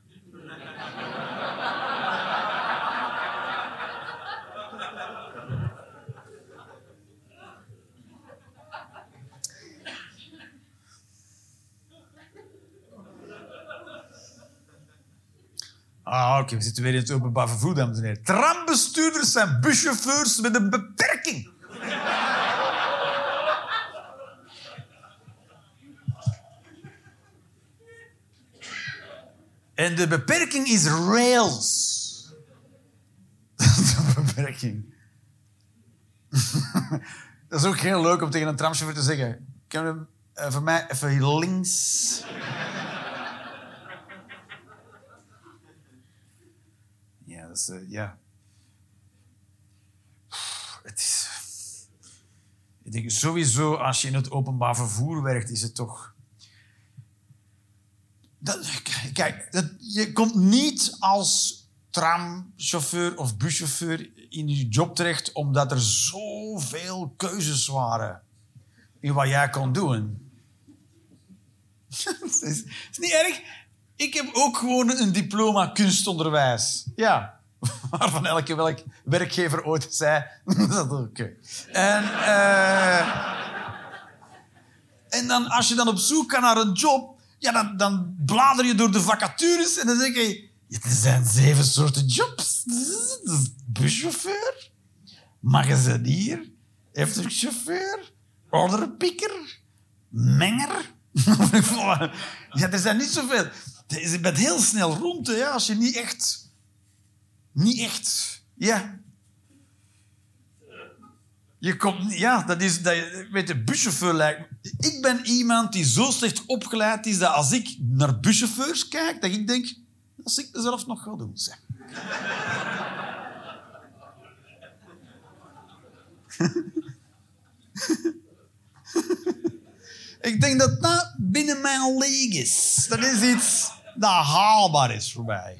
Ah, oké, okay, we zitten weer in het openbaar vervoer, dames en heren. Trambestuurders zijn buschauffeurs met een beperking. En de beperking is rails. Dat is een beperking. Dat is ook heel leuk om tegen een tramchauffeur te zeggen... Kunnen we uh, voor mij even hier links... Ja, dat is... Uh, ja. Het is... Ik denk sowieso, als je in het openbaar vervoer werkt, is het toch... Dat, kijk, dat, je komt niet als tramchauffeur of buschauffeur in je job terecht omdat er zoveel keuzes waren in wat jij kon doen. Het is, is niet erg. Ik heb ook gewoon een diploma kunstonderwijs. Ja, waarvan elke welk werkgever ooit zei... dat is oké. Okay. En, uh, en dan, als je dan op zoek gaat naar een job... Ja, dan, dan blader je door de vacatures en dan zeg je... Ja, er zijn zeven soorten jobs. Buschauffeur, magazinier, chauffeur, orderpikker, menger. Ja, er zijn niet zoveel. Je bent heel snel rond, hè, als je niet echt... Niet echt... Ja. Je komt... Ja, dat is... Dat je, weet je, buschauffeur lijkt... Ik ben iemand die zo slecht opgeleid is dat als ik naar buschauffeurs kijk, dat ik denk... als ik mezelf nog ga doen. Zeg. Ik denk dat dat binnen mijn leeg is. Dat is iets dat haalbaar is voor mij.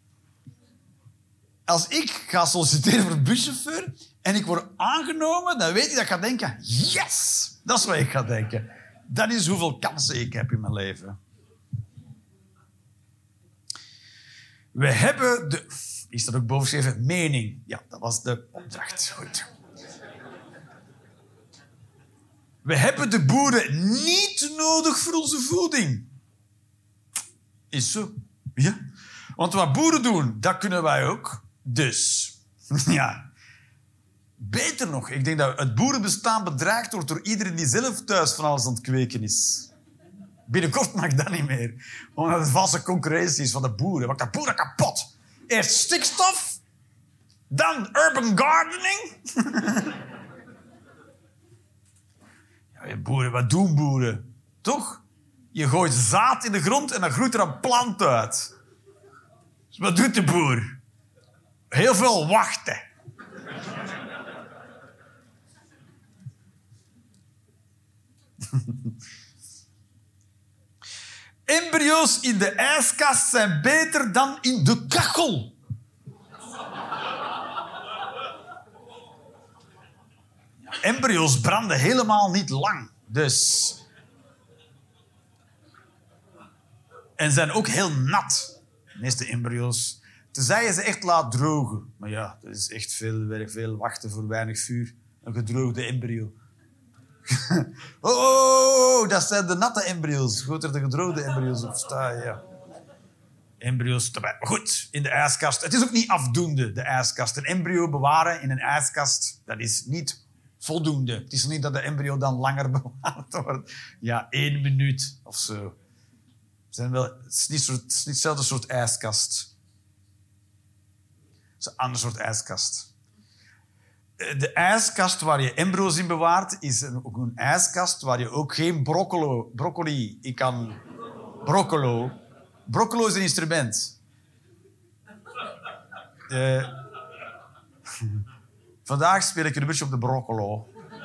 Als ik ga solliciteren voor een buschauffeur en ik word aangenomen, dan weet ik dat ik ga denken, yes! Dat is wat ik ga denken. Dat is hoeveel kansen ik heb in mijn leven. We hebben de... Is dat ook boven geschreven? Mening. Ja, dat was de opdracht. Goed. We hebben de boeren niet nodig voor onze voeding. Is zo. Ja. Want wat boeren doen, dat kunnen wij ook. Dus, ja. Beter nog, ik denk dat het boerenbestaan bedreigd wordt door iedereen die zelf thuis van alles aan het kweken is. Binnenkort mag dat niet meer. Omdat het valse concurrentie is van de boeren. Maakt de boeren kapot. Eerst stikstof, dan urban gardening. Ja, boeren, wat doen boeren? Toch? Je gooit zaad in de grond en dan groeit er een plant uit. Dus wat doet de boer? Heel veel wachten. Embryo's in de ijskast zijn beter dan in de kachel. Embryo's branden helemaal niet lang. Dus... En zijn ook heel nat. De meeste embryo's. Tenzij je ze echt laat drogen. Maar ja, dat is echt veel werk, veel wachten voor weinig vuur. Een gedroogde embryo. Oh, dat zijn de natte embryo's. Goed er de gedroogde embryo's op staan, ja. Embryo's erbij. Maar goed, in de ijskast. Het is ook niet afdoende, de ijskast. Een embryo bewaren in een ijskast, dat is niet voldoende. Het is niet dat de embryo dan langer bewaard wordt. Ja, één minuut of zo. Het, zijn wel, het, is niet soort, het is niet hetzelfde soort ijskast. Het is een ander soort ijskast. De ijskast waar je embryo's in bewaart, is een, ook een ijskast waar je ook geen broccolo, broccoli in kan... Broccolo. Broccolo is een instrument. Uh, vandaag speel ik een beetje op de broccolo.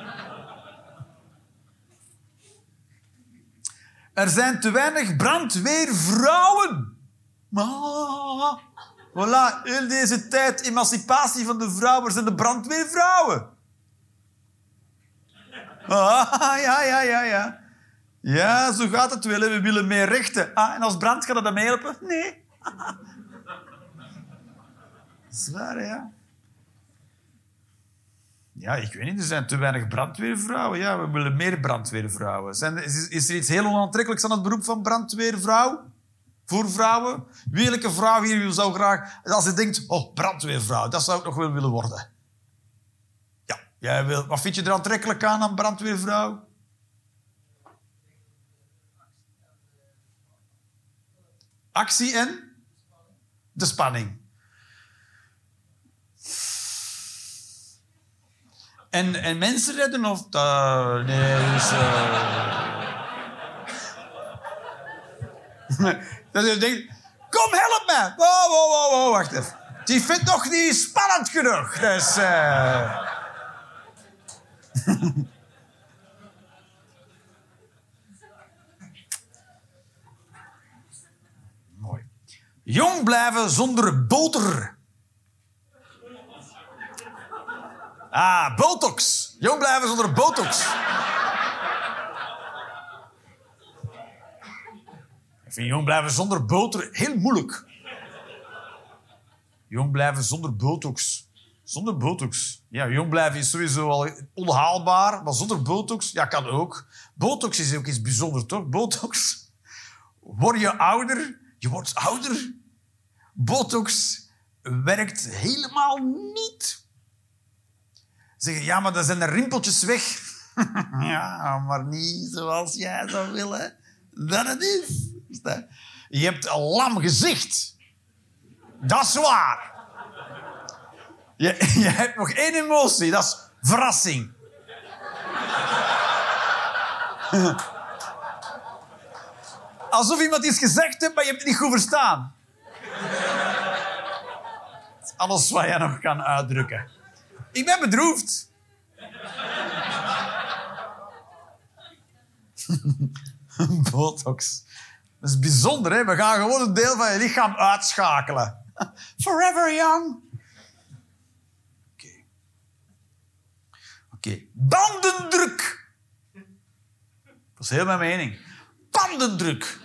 Er zijn te weinig brandweervrouwen. Ah, voilà, heel deze tijd emancipatie van de vrouwen zijn de brandweervrouwen. Ah, ja, ja, ja, ja. Ja, zo gaat het wel. We willen meer rechten. Ah, en als brand gaat dat mee helpen? Nee. Zwaar, ja. Ja, ik weet niet. Er zijn te weinig brandweervrouwen. Ja, we willen meer brandweervrouwen. Zijn, is, is er iets heel onaantrekkelijks aan het beroep van brandweervrouw? Voor vrouwen? Welke vrouw hier zou graag... Als je denkt, oh, brandweervrouw, dat zou ik nog wel willen worden. Ja, jij wil, wat vind je er aantrekkelijk aan, aan brandweervrouw? Actie en? De spanning. En, en mensen redden of... Uh, nee, dus... Uh... dat je denkt, kom, help me. Wow, wow, wow, wow, wacht even. Die vindt nog niet spannend genoeg. Dus... Uh... Mooi. Jong blijven zonder boter. Ah, botox. Jong blijven zonder botox. Ik vind jong blijven zonder boter heel moeilijk. Jong blijven zonder botox. Zonder botox. Ja, jong blijven is sowieso al onhaalbaar. Maar zonder botox, ja, kan ook. Botox is ook iets bijzonders, toch? Botox. Word je ouder? Je wordt ouder. Botox werkt helemaal niet. Zeggen, ja, maar dan zijn de rimpeltjes weg. Ja, maar niet zoals jij zou willen dat het is. Je hebt een lam gezicht. Dat is waar. Je, je hebt nog één emotie, dat is verrassing. Alsof iemand iets gezegd heeft, maar je hebt het niet goed verstaan. Alles wat jij nog kan uitdrukken. Ik ben bedroefd. Botox. Dat is bijzonder, hè? We gaan gewoon een deel van je lichaam uitschakelen. Forever young. Oké. Okay. Oké. Okay. Bandendruk. Dat is heel mijn mening. Bandendruk.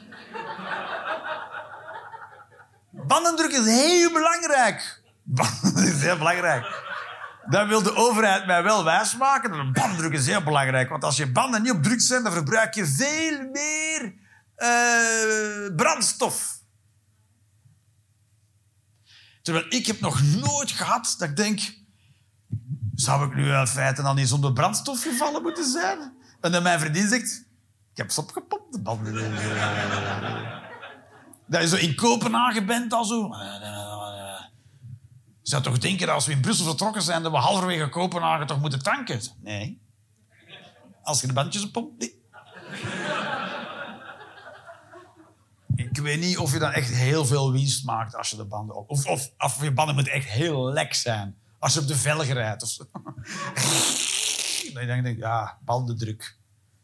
Bandendruk is heel belangrijk. Bandendruk is heel belangrijk. Dat wil de overheid mij wel wijsmaken. De banddruk is heel belangrijk. Want als je banden niet op druk zijn, dan verbruik je veel meer uh, brandstof. Terwijl ik heb nog nooit gehad dat ik denk... Zou ik nu uit feite al niet zonder brandstof gevallen moeten zijn? En dan mijn vriendin zegt... Ik heb ze opgepompt, de banden. Dat je zo in Kopenhagen bent al zo... Je zou toch denken dat als we in Brussel vertrokken zijn... dat we halverwege Kopenhagen toch moeten tanken? Nee. Als je de bandjes oppompt... Nee. Ik weet niet of je dan echt heel veel winst maakt als je de banden op... Of, of, of je banden moeten echt heel lek zijn. Als je op de velgen rijdt of zo. Dan denk ik, ja, bandendruk.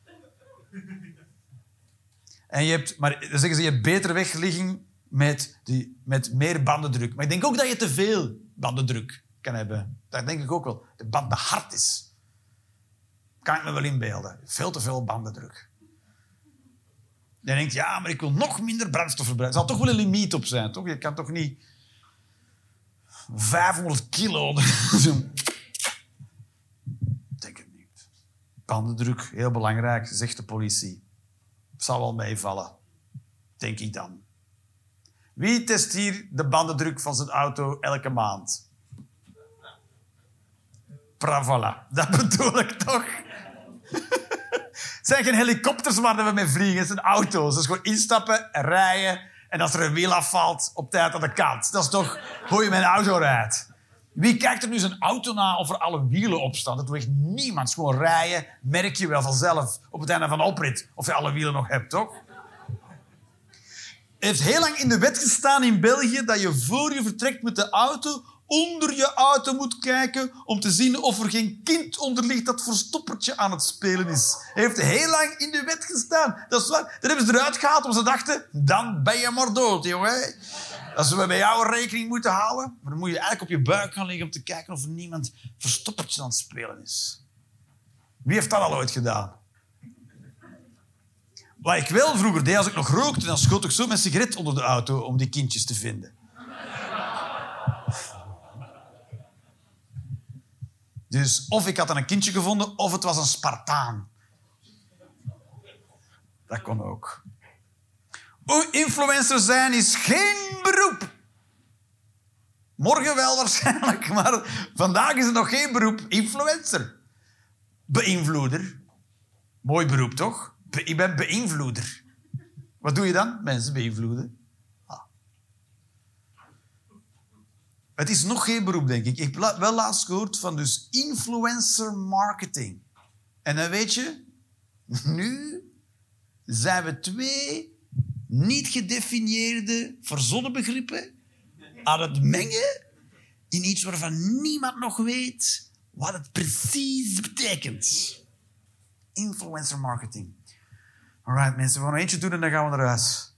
En je hebt... Maar dan zeggen ze, je hebt betere wegligging met, die, met meer bandendruk. Maar ik denk ook dat je te veel bandendruk kan hebben. Dat denk ik ook wel. De band te hard is. Kan ik me wel inbeelden. Veel te veel bandendruk. Je denkt, ja, maar ik wil nog minder brandstof verbruiken. Er zal toch wel een limiet op zijn, toch? Je kan toch niet vijfhonderd kilo... Ik denk het niet. Bandendruk, heel belangrijk, zegt de politie. Zal wel meevallen. Denk ik dan. Wie test hier de bandendruk van zijn auto elke maand? Voilà, dat bedoel ik toch? Het zijn geen helikopters waar we mee vliegen. Het zijn auto's. Dat is gewoon instappen, rijden. En als er een wiel afvalt, op tijd aan de kant. Dat is toch hoe je met een auto rijdt. Wie kijkt er nu zijn auto na of er alle wielen op staan? Dat doet echt niemand. Gewoon rijden, merk je wel vanzelf op het einde van de oprit of je alle wielen nog hebt, toch? Het heeft heel lang in de wet gestaan in België dat je voor je vertrekt met de auto onder je auto moet kijken om te zien of er geen kind onder ligt dat verstoppertje aan het spelen is. Heeft heel lang in de wet gestaan. Dat is waar. Dat hebben ze eruit gehaald omdat ze dachten, dan ben je maar dood, jongen. Als we bij jou rekening moeten houden, maar dan moet je eigenlijk op je buik gaan liggen om te kijken of er niemand verstoppertje aan het spelen is. Wie heeft dat al ooit gedaan? Wat ik wel vroeger deed, als ik nog rookte, dan schoot ik zo mijn sigaret onder de auto om die kindjes te vinden. Dus of ik had dan een kindje gevonden, of het was een Spartaan. Dat kon ook. Influencer zijn is geen beroep. Morgen wel waarschijnlijk, maar vandaag is het nog geen beroep. Influencer. Beïnvloeder. Mooi beroep, toch? Be- ik ben beïnvloeder. Wat doe je dan? Mensen beïnvloeden. Ah. Het is nog geen beroep, denk ik. Ik heb la- wel laatst gehoord van dus influencer marketing. En dan weet je, nu zijn we twee niet gedefinieerde verzonnen begrippen aan het mengen in iets waarvan niemand nog weet wat het precies betekent. Influencer marketing. Alright, mensen, we gaan nog eentje doen en dan gaan we naar huis.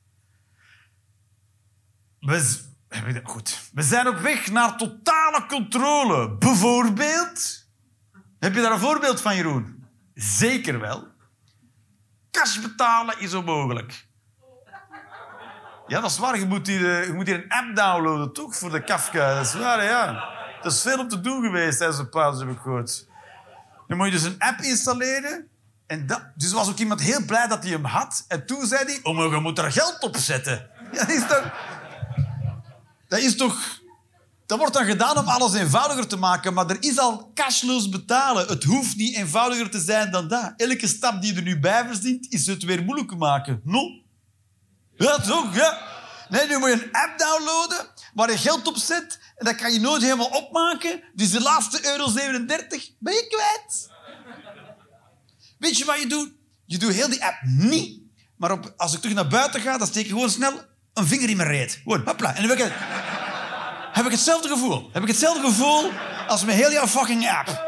We, goed. We zijn op weg naar totale controle. Bijvoorbeeld... Heb je daar een voorbeeld van, Jeroen? Zeker wel. Cash betalen is onmogelijk. Ja, dat is waar. Je moet hier, je moet hier een app downloaden, toch? Voor de Kafka. Dat is waar, ja. Dat is veel om te doen geweest tijdens de pauze, heb ik gehoord. Dan moet je dus een app installeren. En dat, dus was ook iemand heel blij dat hij hem had. En toen zei hij, oh, maar je moet er geld op zetten. Ja, dat is toch... Dat is toch... Dat wordt dan gedaan om alles eenvoudiger te maken, maar er is al cashloos betalen. Het hoeft niet eenvoudiger te zijn dan dat. Elke stap die je er nu bij verzint, is het weer moeilijker maken. No? Ja, toch? Ja. Nee, nu moet je een app downloaden waar je geld op zet en dat kan je nooit helemaal opmaken. Dus de laatste euro zevenendertig ben je kwijt. Weet je wat je doet? Je doet heel die app niet. Maar op, als ik terug naar buiten ga, dan steek je gewoon snel een vinger in mijn reet. Gewoon, hopla. En dan ben ik... Heb ik hetzelfde gevoel. Heb ik hetzelfde gevoel als met heel jouw fucking app.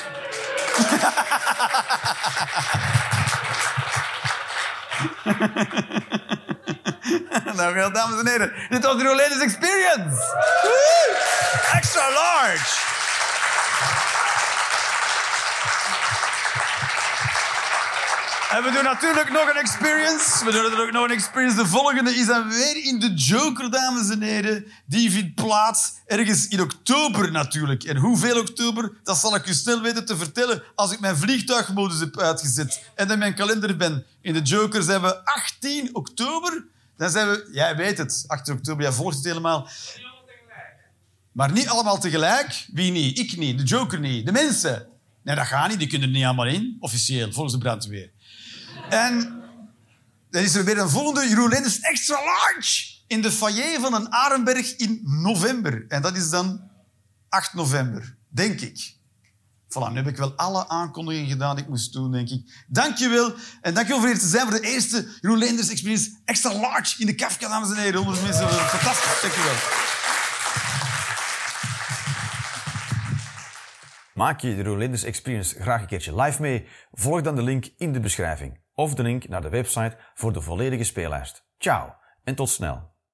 Nou, wel, dames en heren. Dit was de Rolanders Experience. Woo! Extra large. En we doen natuurlijk nog een experience. We doen natuurlijk nog een experience. De volgende is dan weer in de Joker, dames en heren. Die vindt plaats ergens in oktober natuurlijk. En hoeveel oktober, dat zal ik u snel weten te vertellen als ik mijn vliegtuigmodus heb uitgezet en in mijn kalender ben. In de Joker zijn we achttien oktober. Dan zijn we... Jij weet het, achttien oktober, jij volgt het helemaal. Maar niet allemaal tegelijk. Wie niet? Ik niet. De Joker niet. De mensen. Nee, dat gaat niet. Die kunnen er niet allemaal in. Officieel, volgens de brandweer. En dan is er weer een volgende Jeroen Leenders Extra Large in de foyer van een Arenberg in november. En dat is dan acht november, denk ik. Voilà, nu heb ik wel alle aankondigingen gedaan die ik moest doen, denk ik. Dank je wel. En dank je wel voor hier te zijn voor de eerste Jeroen Leenders Experience Extra Large in de Kafka, dames en heren. Honderd mensen. Fantastisch, dank je wel. Maak je de Jeroen Leenders Experience graag een keertje live mee? Volg dan de link in de beschrijving. Of de link naar de website voor de volledige speellijst. Ciao en tot snel.